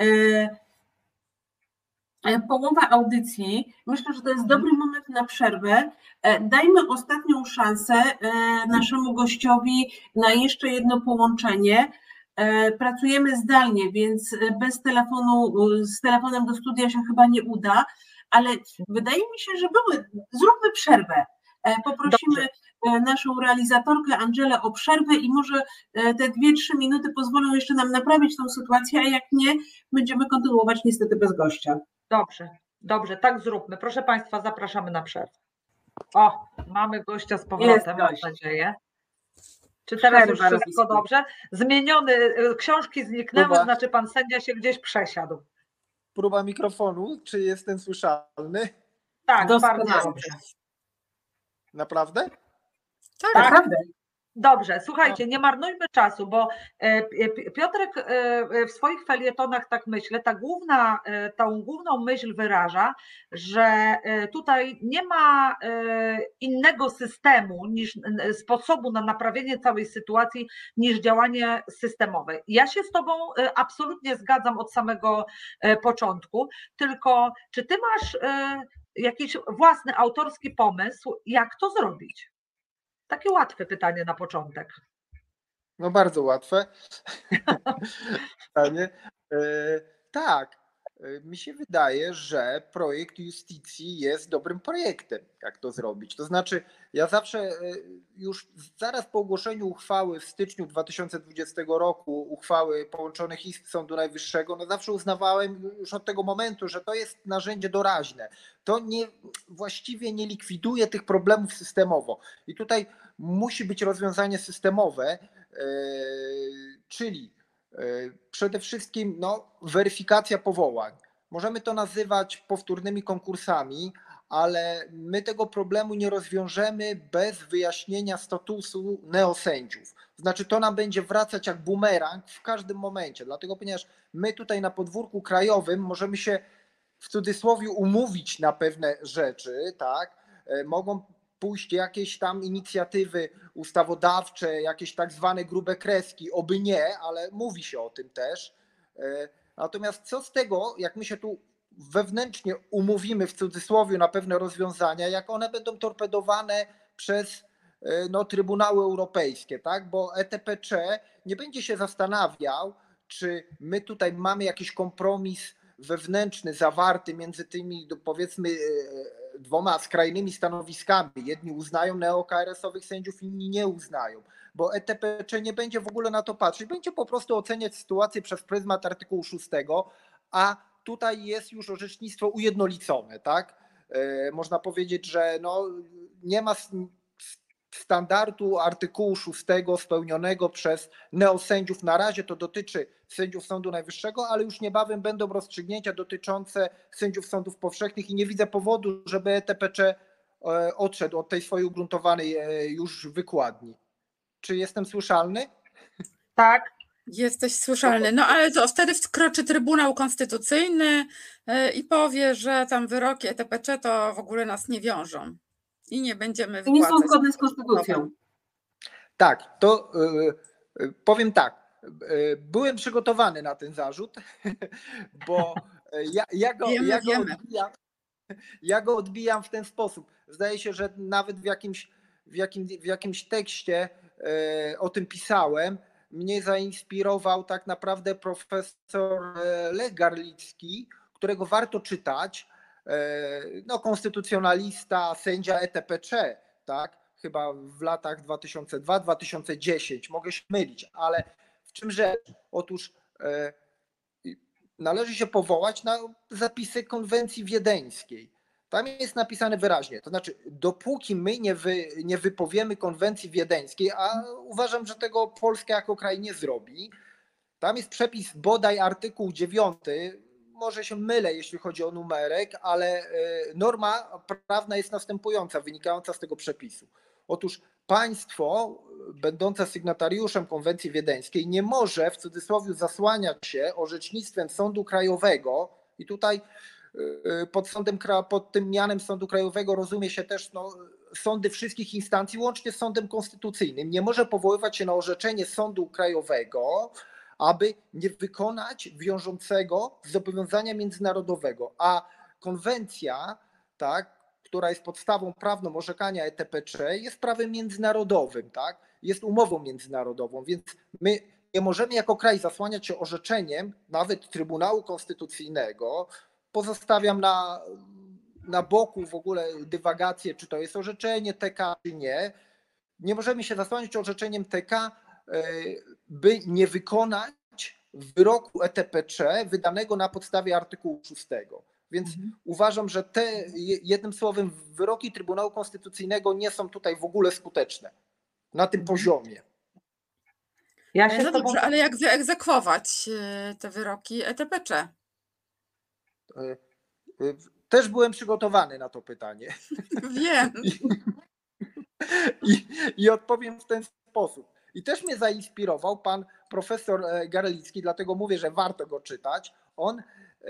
[SPEAKER 1] połowa audycji. Myślę, że to jest dobry moment na przerwę. Dajmy ostatnią szansę naszemu gościowi na jeszcze jedno połączenie. Pracujemy zdalnie, więc z telefonem do studia się chyba nie uda, ale wydaje mi się, że zróbmy przerwę. Poprosimy naszą realizatorkę Angelę o przerwę i może te 2-3 minuty pozwolą jeszcze nam naprawić tą sytuację, a jak nie, będziemy kontynuować niestety bez gościa.
[SPEAKER 4] Dobrze, tak zróbmy. Proszę Państwa, zapraszamy na przerwę. O, mamy gościa z powrotem, mam nadzieję. Czy teraz już wszystko dobrze? Zmieniony, książki zniknęły, znaczy pan sędzia się gdzieś przesiadł.
[SPEAKER 2] Próba mikrofonu, czy jestem słyszalny?
[SPEAKER 4] Tak, bardzo dobrze.
[SPEAKER 2] Naprawdę?
[SPEAKER 3] Tak,
[SPEAKER 1] naprawdę.
[SPEAKER 4] Dobrze, słuchajcie, nie marnujmy czasu, bo Piotrek w swoich felietonach, tak myślę, tą główną myśl wyraża, że tutaj nie ma innego systemu, sposobu na naprawienie całej sytuacji niż działanie systemowe. Ja się z Tobą absolutnie zgadzam od samego początku, tylko czy Ty masz jakiś własny, autorski pomysł, jak to zrobić? Takie łatwe pytanie na początek.
[SPEAKER 2] No bardzo łatwe pytanie. Tak, mi się wydaje, że projekt Iustitii jest dobrym projektem, jak to zrobić. To znaczy, ja zawsze już zaraz po ogłoszeniu uchwały w styczniu 2020 roku, uchwały połączonych izb Sądu Najwyższego, no zawsze uznawałem już od tego momentu, że to jest narzędzie doraźne. To właściwie nie likwiduje tych problemów systemowo. I tutaj musi być rozwiązanie systemowe, czyli przede wszystkim weryfikacja powołań. Możemy to nazywać powtórnymi konkursami, ale my tego problemu nie rozwiążemy bez wyjaśnienia statusu neosędziów. Znaczy to nam będzie wracać jak bumerang w każdym momencie, dlatego ponieważ my tutaj na podwórku krajowym możemy się w cudzysłowie umówić na pewne rzeczy, tak? Mogą pójść jakieś tam inicjatywy ustawodawcze, jakieś tak zwane grube kreski, oby nie, ale mówi się o tym też. Natomiast co z tego, jak my się tu wewnętrznie umówimy w cudzysłowie na pewne rozwiązania, jak one będą torpedowane przez Trybunały Europejskie, tak? Bo ETPC nie będzie się zastanawiał, czy my tutaj mamy jakiś kompromis wewnętrzny zawarty między tymi, powiedzmy, dwoma skrajnymi stanowiskami. Jedni uznają neo-KRS-owych sędziów, inni nie uznają, bo ETPC nie będzie w ogóle na to patrzeć, będzie po prostu oceniać sytuację przez pryzmat artykułu 6, a tutaj jest już orzecznictwo ujednolicone, tak? Można powiedzieć, że nie ma standardu artykułu 6 spełnionego przez neosędziów. Na razie to dotyczy sędziów Sądu Najwyższego, ale już niebawem będą rozstrzygnięcia dotyczące sędziów sądów powszechnych i nie widzę powodu, żeby ETPC odszedł od tej swojej ugruntowanej już wykładni. Czy jestem słyszalny?
[SPEAKER 4] Tak.
[SPEAKER 3] Jesteś słyszalny. No ale to wtedy wkroczy Trybunał Konstytucyjny i powie, że tam wyroki ETPC to w ogóle nas nie wiążą. I nie będziemy
[SPEAKER 1] wypłacać. Nie są zgodne z konstytucją.
[SPEAKER 2] Tak, to powiem tak. Byłem przygotowany na ten zarzut, bo ja go odbijam w ten sposób. Zdaje się, że nawet w jakimś tekście o tym pisałem. Mnie zainspirował tak naprawdę profesor Lech Garlicki, którego warto czytać. Konstytucjonalista, sędzia ETPC, tak? Chyba w latach 2002-2010, mogę się mylić, ale w czym rzecz? Otóż należy się powołać na zapisy konwencji wiedeńskiej. Tam jest napisane wyraźnie, to znaczy dopóki my nie wypowiemy konwencji wiedeńskiej, a uważam, że tego Polska jako kraj nie zrobi, tam jest przepis bodaj artykuł 9, może się mylę, jeśli chodzi o numerek, ale norma prawna jest następująca, wynikająca z tego przepisu. Otóż państwo będące sygnatariuszem konwencji wiedeńskiej nie może w cudzysłowie zasłaniać się orzecznictwem Sądu Krajowego i tutaj pod tym mianem Sądu Krajowego rozumie się też sądy wszystkich instancji, łącznie z Sądem Konstytucyjnym. Nie może powoływać się na orzeczenie Sądu Krajowego, aby nie wykonać wiążącego zobowiązania międzynarodowego. A konwencja, tak, która jest podstawą prawną orzekania ETPC, jest prawem międzynarodowym, tak, jest umową międzynarodową, więc my nie możemy jako kraj zasłaniać się orzeczeniem nawet Trybunału Konstytucyjnego. Pozostawiam na boku w ogóle dywagacje, czy to jest orzeczenie TK, czy nie. Nie możemy się zasłaniać orzeczeniem TK, by nie wykonać wyroku ETPC wydanego na podstawie artykułu 6. Więc uważam, że jednym słowem, wyroki Trybunału Konstytucyjnego nie są tutaj w ogóle skuteczne na tym poziomie.
[SPEAKER 3] No dobrze, ale jak wyegzekwować te wyroki ETPC?
[SPEAKER 2] Też byłem przygotowany na to pytanie.
[SPEAKER 3] Wiem.
[SPEAKER 2] I odpowiem w ten sposób. I też mnie zainspirował pan profesor Garlicki, dlatego mówię, że warto go czytać. On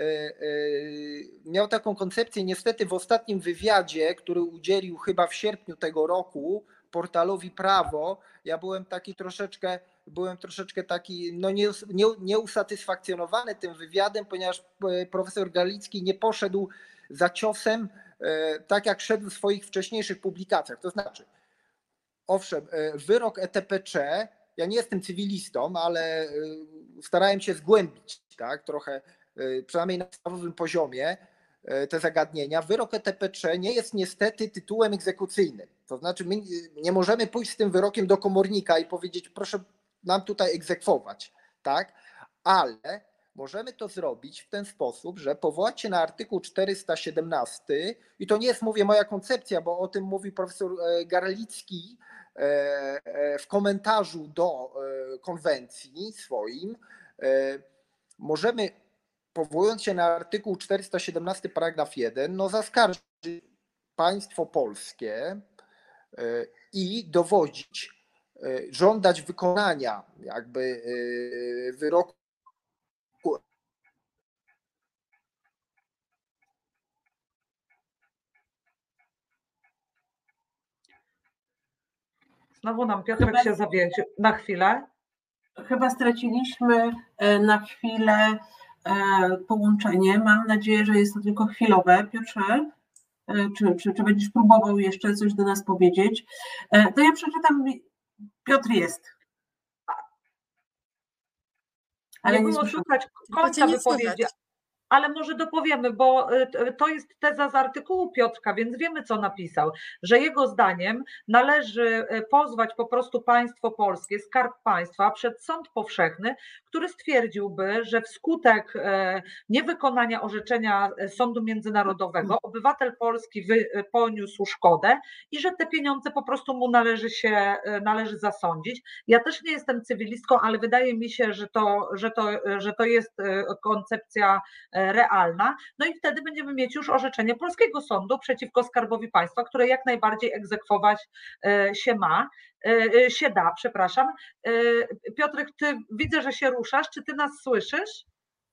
[SPEAKER 2] miał taką koncepcję, niestety w ostatnim wywiadzie, który udzielił chyba w sierpniu tego roku portalowi Prawo, ja byłem troszeczkę taki nieusatysfakcjonowany tym wywiadem, ponieważ profesor Garlicki nie poszedł za ciosem tak jak szedł w swoich wcześniejszych publikacjach. To znaczy, owszem, wyrok ETPC, ja nie jestem cywilistą, ale starałem się zgłębić tak, trochę, przynajmniej na podstawowym poziomie, te zagadnienia. Wyrok ETPC nie jest niestety tytułem egzekucyjnym. To znaczy, my nie możemy pójść z tym wyrokiem do komornika i powiedzieć, proszę nam tutaj egzekwować, tak? Ale możemy to zrobić w ten sposób, że powołać się na artykuł 417 i to nie jest, mówię, moja koncepcja, bo o tym mówi profesor Garlicki w komentarzu do konwencji swoim. Możemy, powołując się na artykuł 417 paragraf 1, zaskarżyć państwo polskie i dowodzić, żądać wykonania jakby wyroku.
[SPEAKER 4] Znowu nam Piotrek się zawiesił na chwilę.
[SPEAKER 1] Chyba straciliśmy na chwilę połączenie. Mam nadzieję, że jest to tylko chwilowe. Piotrze, czy będziesz próbował jeszcze coś do nas powiedzieć? To ja przeczytam. Piotr jest.
[SPEAKER 4] Ale nie było słychać końca wypowiedzi. Ale może dopowiemy, bo to jest teza z artykułu Piotrka, więc wiemy, co napisał, że jego zdaniem należy pozwać po prostu państwo polskie, Skarb Państwa przed sąd powszechny, który stwierdziłby, że wskutek niewykonania orzeczenia sądu międzynarodowego obywatel polski poniósł szkodę i że te pieniądze po prostu mu należy zasądzić. Ja też nie jestem cywilistką, ale wydaje mi się, że to jest koncepcja realna, no i wtedy będziemy mieć już orzeczenie polskiego sądu przeciwko Skarbowi Państwa, które jak najbardziej egzekwować się da, przepraszam. Piotrek, ty widzę, że się ruszasz, czy ty nas słyszysz?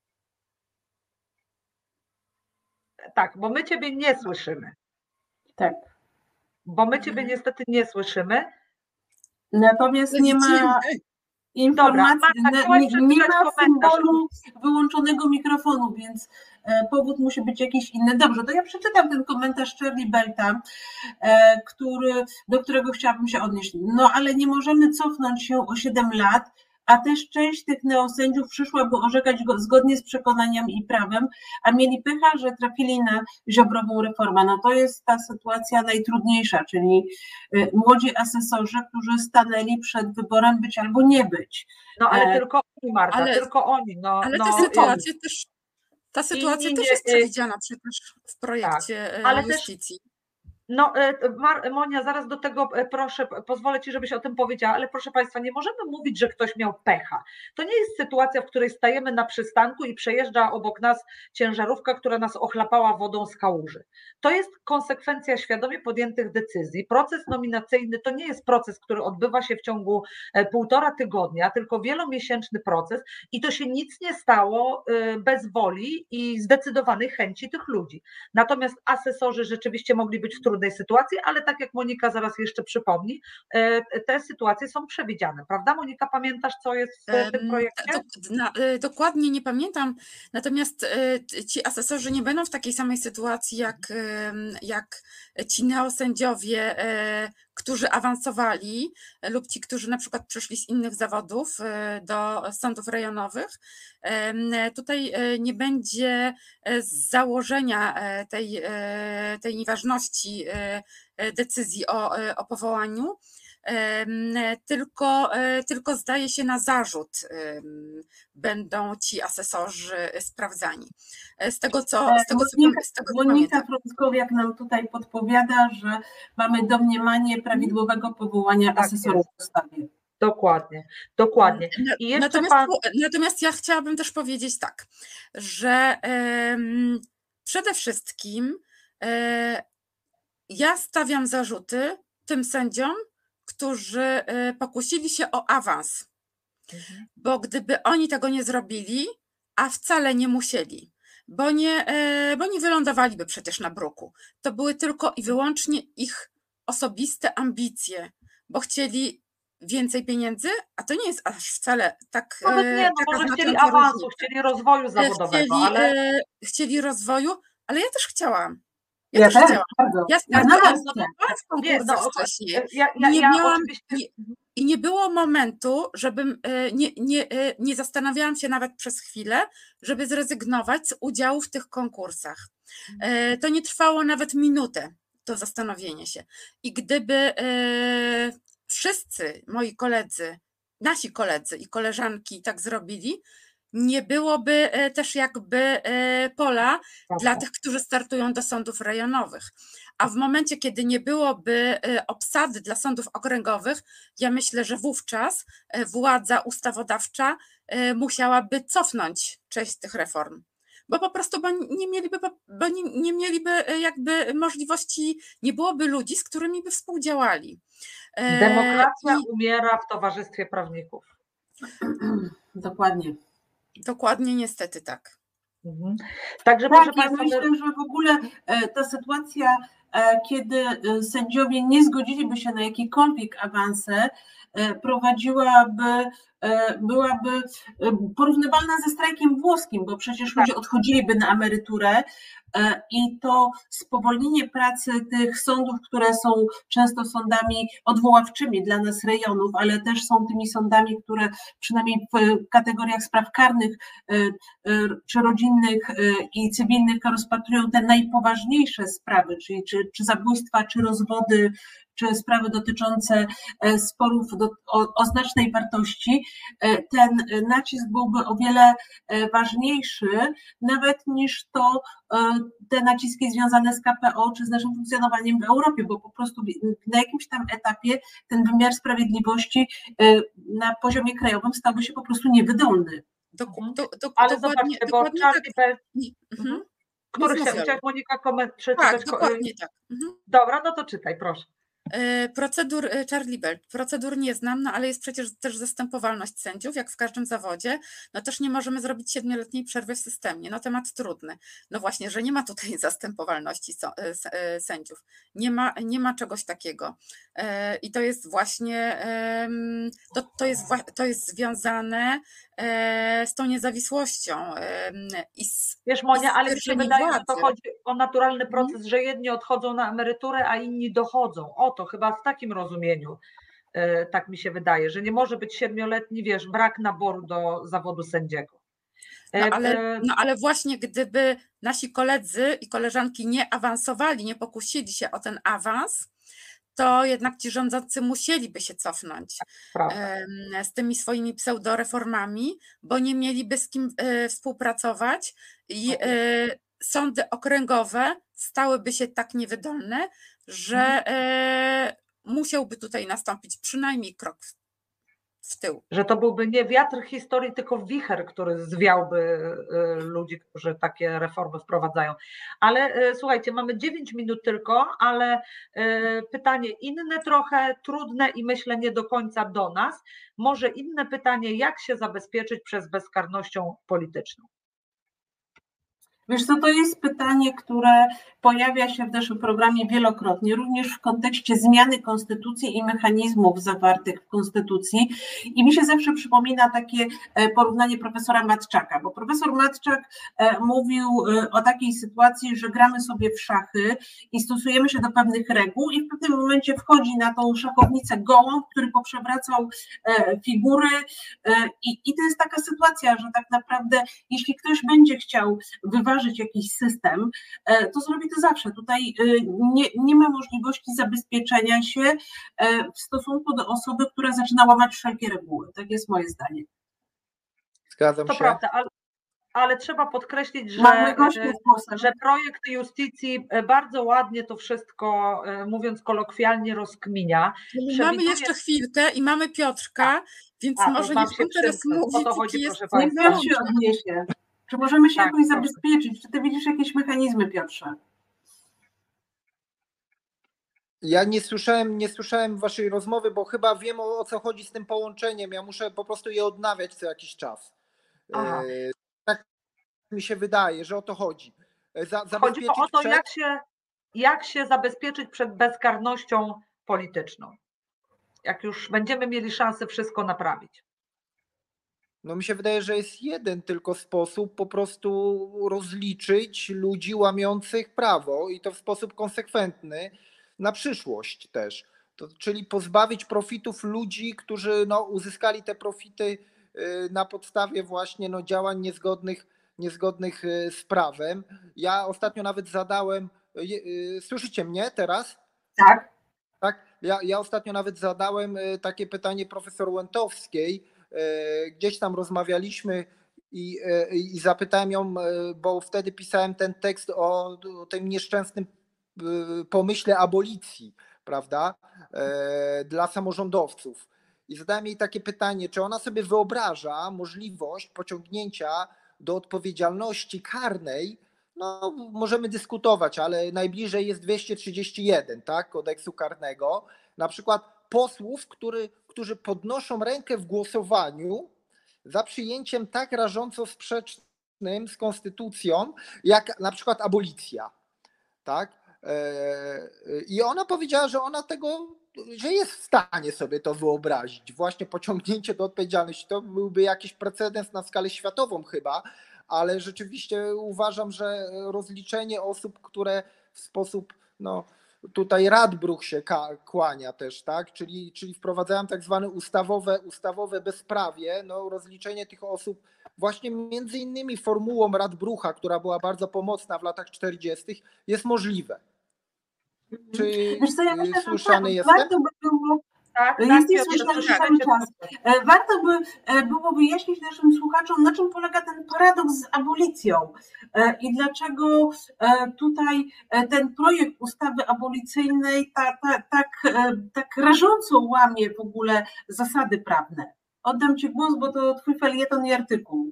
[SPEAKER 4] Tak, bo my ciebie nie słyszymy.
[SPEAKER 1] Tak.
[SPEAKER 4] Bo my ciebie niestety nie słyszymy.
[SPEAKER 1] Natomiast nie ma informacji, nie ma symbolu wyłączonego mikrofonu, więc powód musi być jakiś inny. Dobrze, to ja przeczytam ten komentarz Charlie Belta, do którego chciałabym się odnieść. No ale nie możemy cofnąć się o 7 lat, a też część tych neosędziów przyszła, by orzekać go zgodnie z przekonaniami i prawem, a mieli pecha, że trafili na Ziobrową reformę. No to jest ta sytuacja najtrudniejsza, czyli młodzi asesorzy, którzy stanęli przed wyborem być albo nie być.
[SPEAKER 4] No ale tylko oni, Marta, tylko oni.
[SPEAKER 3] Ta sytuacja też jest przewidziana przecież w projekcie justycji.
[SPEAKER 4] No Monia, zaraz do tego proszę, pozwolę Ci, żebyś o tym powiedziała, ale proszę Państwa, nie możemy mówić, że ktoś miał pecha. To nie jest sytuacja, w której stajemy na przystanku i przejeżdża obok nas ciężarówka, która nas ochlapała wodą z kałuży. To jest konsekwencja świadomie podjętych decyzji. Proces nominacyjny to nie jest proces, który odbywa się w ciągu 1,5 tygodnia, tylko wielomiesięczny proces i to się nic nie stało bez woli i zdecydowanej chęci tych ludzi. Natomiast asesorzy rzeczywiście mogli być w trudnej sytuacji, ale tak jak Monika zaraz jeszcze przypomni, te sytuacje są przewidziane, prawda Monika? Pamiętasz, co jest w tym projekcie?
[SPEAKER 3] Dokładnie nie pamiętam, natomiast ci asesorzy nie będą w takiej samej sytuacji jak ci neosędziowie, którzy awansowali lub ci, którzy na przykład przyszli z innych zawodów do sądów rejonowych. Tutaj nie będzie z założenia tej nieważności decyzji o powołaniu, tylko zdaje się na zarzut będą ci asesorzy sprawdzani.
[SPEAKER 1] Monika Frąckowiak nam tutaj podpowiada, że mamy domniemanie prawidłowego powołania asesorów w ustawie.
[SPEAKER 4] Dokładnie.
[SPEAKER 3] I natomiast ja chciałabym też powiedzieć tak, że przede wszystkim ja stawiam zarzuty tym sędziom, którzy pokusili się o awans, bo gdyby oni tego nie zrobili, a wcale nie musieli, bo nie wylądowaliby przecież na bruku. To były tylko i wyłącznie ich osobiste ambicje, bo chcieli więcej pieniędzy, a to nie jest aż wcale tak.
[SPEAKER 4] Nawet nie, może chcieli awansu, chcieli rozwoju zawodowego.
[SPEAKER 3] Chcieli rozwoju, ale ja też chciałam.
[SPEAKER 1] Ja chciałam.
[SPEAKER 3] Ja startowałam w konkursach wcześniej. I nie było momentu, żebym nie zastanawiałam się nawet przez chwilę, żeby zrezygnować z udziału w tych konkursach. To nie trwało nawet minutę, to zastanowienie się. I gdyby wszyscy moi koledzy, nasi koledzy i koleżanki tak zrobili, nie byłoby też jakby pola dla tych, którzy startują do sądów rejonowych. A w momencie, kiedy nie byłoby obsady dla sądów okręgowych, ja myślę, że wówczas władza ustawodawcza musiałaby cofnąć część z tych reform. Bo po prostu nie mieliby jakby możliwości, nie byłoby ludzi, z którymi by współdziałali.
[SPEAKER 4] Demokracja umiera w towarzystwie prawników.
[SPEAKER 1] Dokładnie.
[SPEAKER 3] Dokładnie, niestety tak.
[SPEAKER 1] Także proszę Państwa, myślę, że w ogóle ta sytuacja, kiedy sędziowie nie zgodziliby się na jakiekolwiek awanse, byłaby porównywalna ze strajkiem włoskim, bo przecież ludzie odchodziliby na emeryturę i to spowolnienie pracy tych sądów, które są często sądami odwoławczymi dla nas rejonów, ale też są tymi sądami, które przynajmniej w kategoriach spraw karnych czy rodzinnych i cywilnych rozpatrują te najpoważniejsze sprawy, czyli czy zabójstwa, czy rozwody, czy sprawy dotyczące sporów o znacznej wartości, ten nacisk byłby o wiele ważniejszy, nawet niż te naciski związane z KPO, czy z naszym funkcjonowaniem w Europie, bo po prostu na jakimś tam etapie ten wymiar sprawiedliwości na poziomie krajowym stałby się po prostu niewydolny.
[SPEAKER 4] Ale zobaczcie, bo Charlie Belt, który chciałaś, Monika, przeczytać?
[SPEAKER 3] Tak, dokładnie tak.
[SPEAKER 4] Dobra, no to czytaj, proszę.
[SPEAKER 3] Procedur, Charlie Belt, procedur nie znam, no ale jest przecież też zastępowalność sędziów, jak w każdym zawodzie, no też nie możemy zrobić 7-letniej przerwy w systemie, no temat trudny. No właśnie, że nie ma tutaj zastępowalności sędziów, nie ma czegoś takiego i to jest właśnie, to jest związane z tą niezawisłością i
[SPEAKER 4] Wiesz, Monia, ale mi się wydaje, że to chodzi o naturalny proces, że jedni odchodzą na emeryturę, a inni dochodzą. O to chyba w takim rozumieniu, tak mi się wydaje, że nie może być 7-letni, wiesz, brak naboru do zawodu sędziego.
[SPEAKER 3] Ale właśnie gdyby nasi koledzy i koleżanki nie awansowali, nie pokusili się o ten awans, to jednak ci rządzący musieliby się cofnąć z tymi swoimi pseudoreformami, bo nie mieliby z kim współpracować i sądy okręgowe stałyby się tak niewydolne, że musiałby tutaj nastąpić przynajmniej krok w tył.
[SPEAKER 4] Że to byłby nie wiatr historii, tylko wicher, który zwiałby ludzi, którzy takie reformy wprowadzają. Ale słuchajcie, mamy 9 minut tylko, ale pytanie inne trochę, trudne i myślę nie do końca do nas. Może inne pytanie, jak się zabezpieczyć przed bezkarnością polityczną?
[SPEAKER 1] Wiesz co, to jest pytanie, które pojawia się w naszym programie wielokrotnie, również w kontekście zmiany konstytucji i mechanizmów zawartych w konstytucji. I mi się zawsze przypomina takie porównanie profesora Matczaka, bo profesor Matczak mówił o takiej sytuacji, że gramy sobie w szachy i stosujemy się do pewnych reguł i w pewnym momencie wchodzi na tą szachownicę gołąb, który poprzewracał figury i to jest taka sytuacja, że tak naprawdę jeśli ktoś będzie chciał wyważyć jakiś system, to zrobi to zawsze. Tutaj nie ma możliwości zabezpieczenia się w stosunku do osoby, która zaczyna łamać wszelkie reguły. Tak jest moje zdanie.
[SPEAKER 2] Zgadzam
[SPEAKER 4] To
[SPEAKER 2] się.
[SPEAKER 4] prawda, ale trzeba podkreślić, że projekt Justicji bardzo ładnie to wszystko, mówiąc kolokwialnie, rozkminia.
[SPEAKER 3] Mamy jeszcze chwilkę i mamy Piotrka, więc może niech on teraz mówi,
[SPEAKER 4] o to chodzi, proszę
[SPEAKER 1] Niech
[SPEAKER 4] Państwa.
[SPEAKER 1] Piotr się odniesie. Czy możemy się jakoś zabezpieczyć? Czy ty widzisz jakieś mechanizmy, Piotrze?
[SPEAKER 2] Ja nie słyszałem waszej rozmowy, bo chyba wiem o co chodzi z tym połączeniem. Ja muszę po prostu je odnawiać co jakiś czas. Tak mi się wydaje, że o to chodzi.
[SPEAKER 4] Chodzi o to, jak się zabezpieczyć przed bezkarnością polityczną. Jak już będziemy mieli szansę wszystko naprawić.
[SPEAKER 2] No mi się wydaje, że jest jeden tylko sposób po prostu rozliczyć ludzi łamiących prawo i to w sposób konsekwentny na przyszłość też. Czyli pozbawić profitów ludzi, którzy uzyskali te profity na podstawie właśnie działań niezgodnych z prawem. Ja ostatnio nawet zadałem, słyszycie mnie teraz?
[SPEAKER 1] Tak.
[SPEAKER 2] Tak, ja ostatnio nawet zadałem takie pytanie profesor Łętowskiej, gdzieś tam rozmawialiśmy i zapytałem ją, bo wtedy pisałem ten tekst o tym nieszczęsnym pomyśle abolicji, prawda, dla samorządowców. I zadałem jej takie pytanie, czy ona sobie wyobraża możliwość pociągnięcia do odpowiedzialności karnej. No, możemy dyskutować, ale najbliżej jest 231, tak, kodeksu karnego. Na przykład posłów, którzy podnoszą rękę w głosowaniu za przyjęciem tak rażąco sprzecznym z konstytucją, jak na przykład abolicja. Tak? I ona powiedziała, że że jest w stanie sobie to wyobrazić. Właśnie pociągnięcie do odpowiedzialności. To byłby jakiś precedens na skalę światową chyba, ale rzeczywiście uważam, że rozliczenie osób, które w sposób, tutaj Radbruch się kłania też, tak? Czyli wprowadzają tak zwane ustawowe bezprawie, rozliczenie tych osób właśnie między innymi formułą Radbrucha, która była bardzo pomocna w latach 40., jest możliwe. Czy słyszany jestem?
[SPEAKER 1] Warto by było, warto by było wyjaśnić naszym słuchaczom, na czym polega ten paradoks z abolicją i dlaczego tutaj ten projekt ustawy abolicyjnej tak rażąco łamie w ogóle zasady prawne. Oddam Ci głos, bo to twój felieton i artykuł.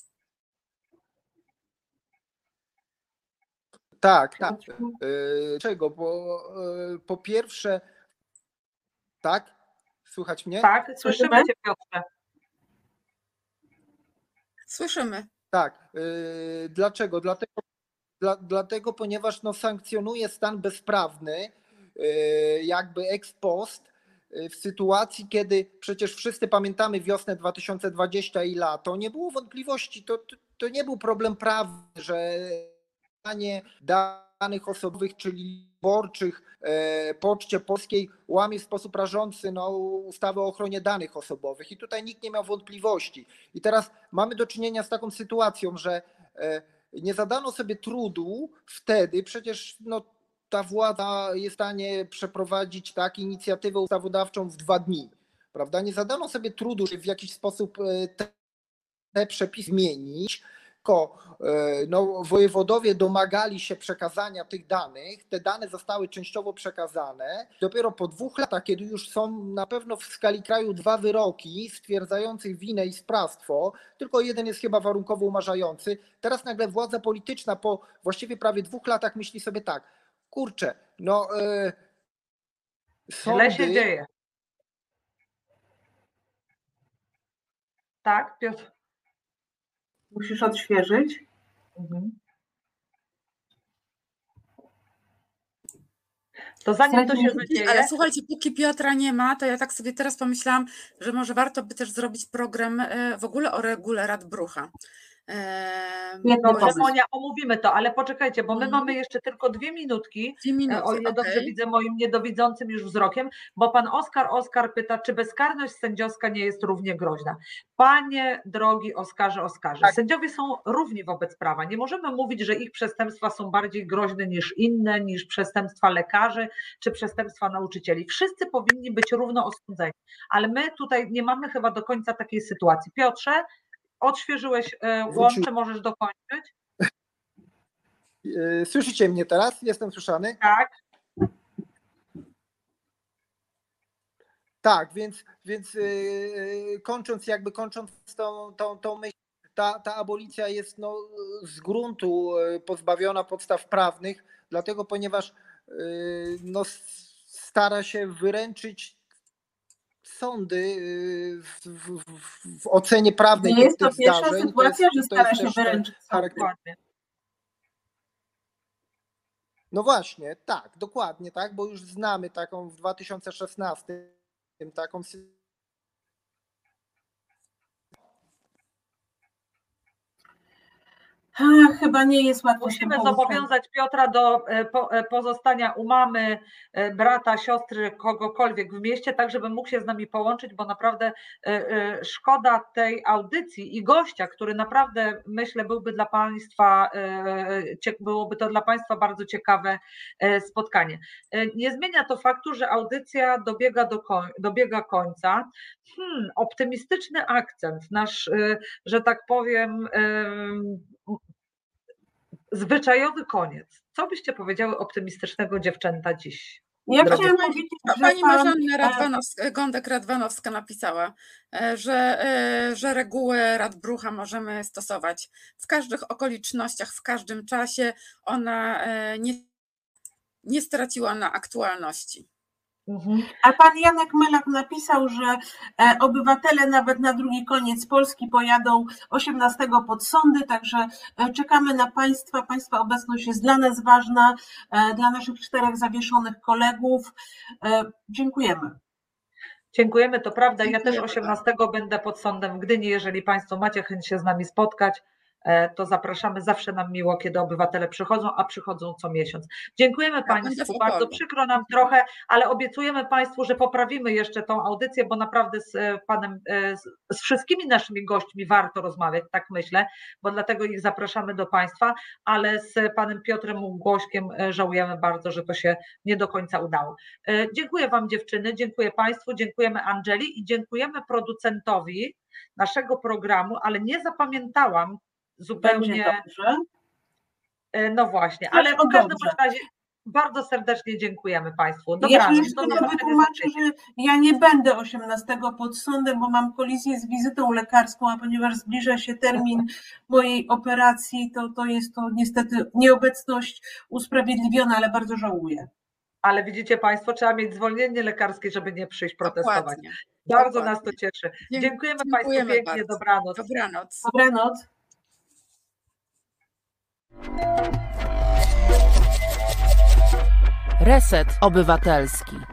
[SPEAKER 2] Tak. Czego? Bo po pierwsze, tak? Słychać mnie?
[SPEAKER 4] Tak, słyszymy Cię, Piotrze.
[SPEAKER 3] Słyszymy.
[SPEAKER 2] Tak. Dlaczego? Dlatego, ponieważ sankcjonuje stan bezprawny, jakby ex post, w sytuacji, kiedy przecież wszyscy pamiętamy wiosnę 2020 i lato, nie było wątpliwości, to nie był problem prawny, że danych osobowych, czyli wyborczych Poczcie Polskiej łamie w sposób rażący ustawę o ochronie danych osobowych i tutaj nikt nie miał wątpliwości. I teraz mamy do czynienia z taką sytuacją, że nie zadano sobie trudu wtedy, przecież ta władza jest w stanie przeprowadzić inicjatywę ustawodawczą w 2 dni, prawda? Nie zadano sobie trudu, żeby w jakiś sposób te przepisy zmienić, tylko wojewodowie domagali się przekazania tych danych. Te dane zostały częściowo przekazane. Dopiero po 2 latach, kiedy już są na pewno w skali kraju 2 wyroki stwierdzających winę i sprawstwo, tylko jeden jest chyba warunkowo umarzający, teraz nagle władza polityczna po właściwie prawie 2 latach myśli sobie tak, kurczę,
[SPEAKER 4] źle się dzieje. Tak, Piotr?
[SPEAKER 1] Musisz odświeżyć.
[SPEAKER 4] To zanim to się wydzieje...
[SPEAKER 3] Ale słuchajcie, póki Piotra nie ma, to ja tak sobie teraz pomyślałam, że może warto by też zrobić program w ogóle o regule Radbrucha.
[SPEAKER 4] Dobrze, Monia, omówimy to, ale poczekajcie, bo my mamy jeszcze tylko 2 minutki, o ile dobrze widzę moim niedowidzącym już wzrokiem, bo pan Oskar pyta, czy bezkarność sędziowska nie jest równie groźna. Panie drogi Oskarze, sędziowie są równi wobec prawa. Nie możemy mówić, że ich przestępstwa są bardziej groźne niż inne, niż przestępstwa lekarzy, czy przestępstwa nauczycieli. Wszyscy powinni być równo osądzeni, ale my tutaj nie mamy chyba do końca takiej sytuacji. Piotrze, odświeżyłeś łącze, możesz dokończyć?
[SPEAKER 2] Słyszycie mnie teraz? Jestem słyszany?
[SPEAKER 4] Tak.
[SPEAKER 2] Tak, więc kończąc tą myśl, ta abolicja jest z gruntu pozbawiona podstaw prawnych, dlatego ponieważ stara się wyręczyć sądy w ocenie prawnej
[SPEAKER 1] nie jest to
[SPEAKER 2] tych
[SPEAKER 1] pierwsza
[SPEAKER 2] zdarzeń.
[SPEAKER 1] sytuacja, że stara się wyręczyć
[SPEAKER 4] dokładnie.
[SPEAKER 2] No właśnie, tak, dokładnie, tak, bo już znamy taką w 2016 taką sytuację.
[SPEAKER 1] Chyba nie jest łatwo.
[SPEAKER 4] Musimy zobowiązać Piotra do pozostania u mamy, brata, siostry, kogokolwiek w mieście, tak żeby mógł się z nami połączyć, bo naprawdę szkoda tej audycji i gościa, który naprawdę, myślę, byłoby to dla Państwa bardzo ciekawe spotkanie. Nie zmienia to faktu, że audycja dobiega końca. Optymistyczny akcent, nasz, że tak powiem, zwyczajowy koniec. Co byście powiedziały optymistycznego, dziewczęta, dziś?
[SPEAKER 1] Ja chciałam powiedzieć, że
[SPEAKER 3] pani Marzanna Gądek-Radwanowska napisała, że regułę Radbrucha możemy stosować w każdych okolicznościach, w każdym czasie. Ona nie straciła na aktualności.
[SPEAKER 1] A pan Janek Melak napisał, że obywatele nawet na drugi koniec Polski pojadą 18 pod sądy, także czekamy na Państwa. Państwa obecność jest dla nas ważna, dla naszych 4 zawieszonych kolegów. Dziękujemy.
[SPEAKER 4] Dziękujemy, to prawda. Ja też 18 będę pod sądem w Gdyni. Jeżeli Państwo macie chęć się z nami spotkać, to zapraszamy. Zawsze nam miło, kiedy obywatele przychodzą, a przychodzą co miesiąc. Dziękujemy Państwu, bardzo przykro nam trochę, ale obiecujemy Państwu, że poprawimy jeszcze tą audycję, bo naprawdę z wszystkimi naszymi gośćmi warto rozmawiać, tak myślę, bo dlatego ich zapraszamy do Państwa, ale z panem Piotrem Głośkiem żałujemy bardzo, że to się nie do końca udało. Dziękuję Wam, dziewczyny, dziękuję Państwu, dziękujemy Angeli i dziękujemy producentowi naszego programu, ale nie zapamiętałam zupełnie. No właśnie, ale w każdym razie bardzo serdecznie dziękujemy Państwu.
[SPEAKER 1] Ja jeszcze tylko wytłumaczę, że ja nie będę 18 pod sądem, bo mam kolizję z wizytą lekarską, a ponieważ zbliża się termin mojej operacji, to jest to niestety nieobecność usprawiedliwiona, ale bardzo żałuję.
[SPEAKER 4] Ale widzicie Państwo, trzeba mieć zwolnienie lekarskie, żeby nie przyjść protestować. Dokładnie. Bardzo nas to cieszy. Dziękujemy Państwu pięknie, bardzo. Dobranoc.
[SPEAKER 3] Dobranoc.
[SPEAKER 1] Dobranoc.
[SPEAKER 5] Reset Obywatelski.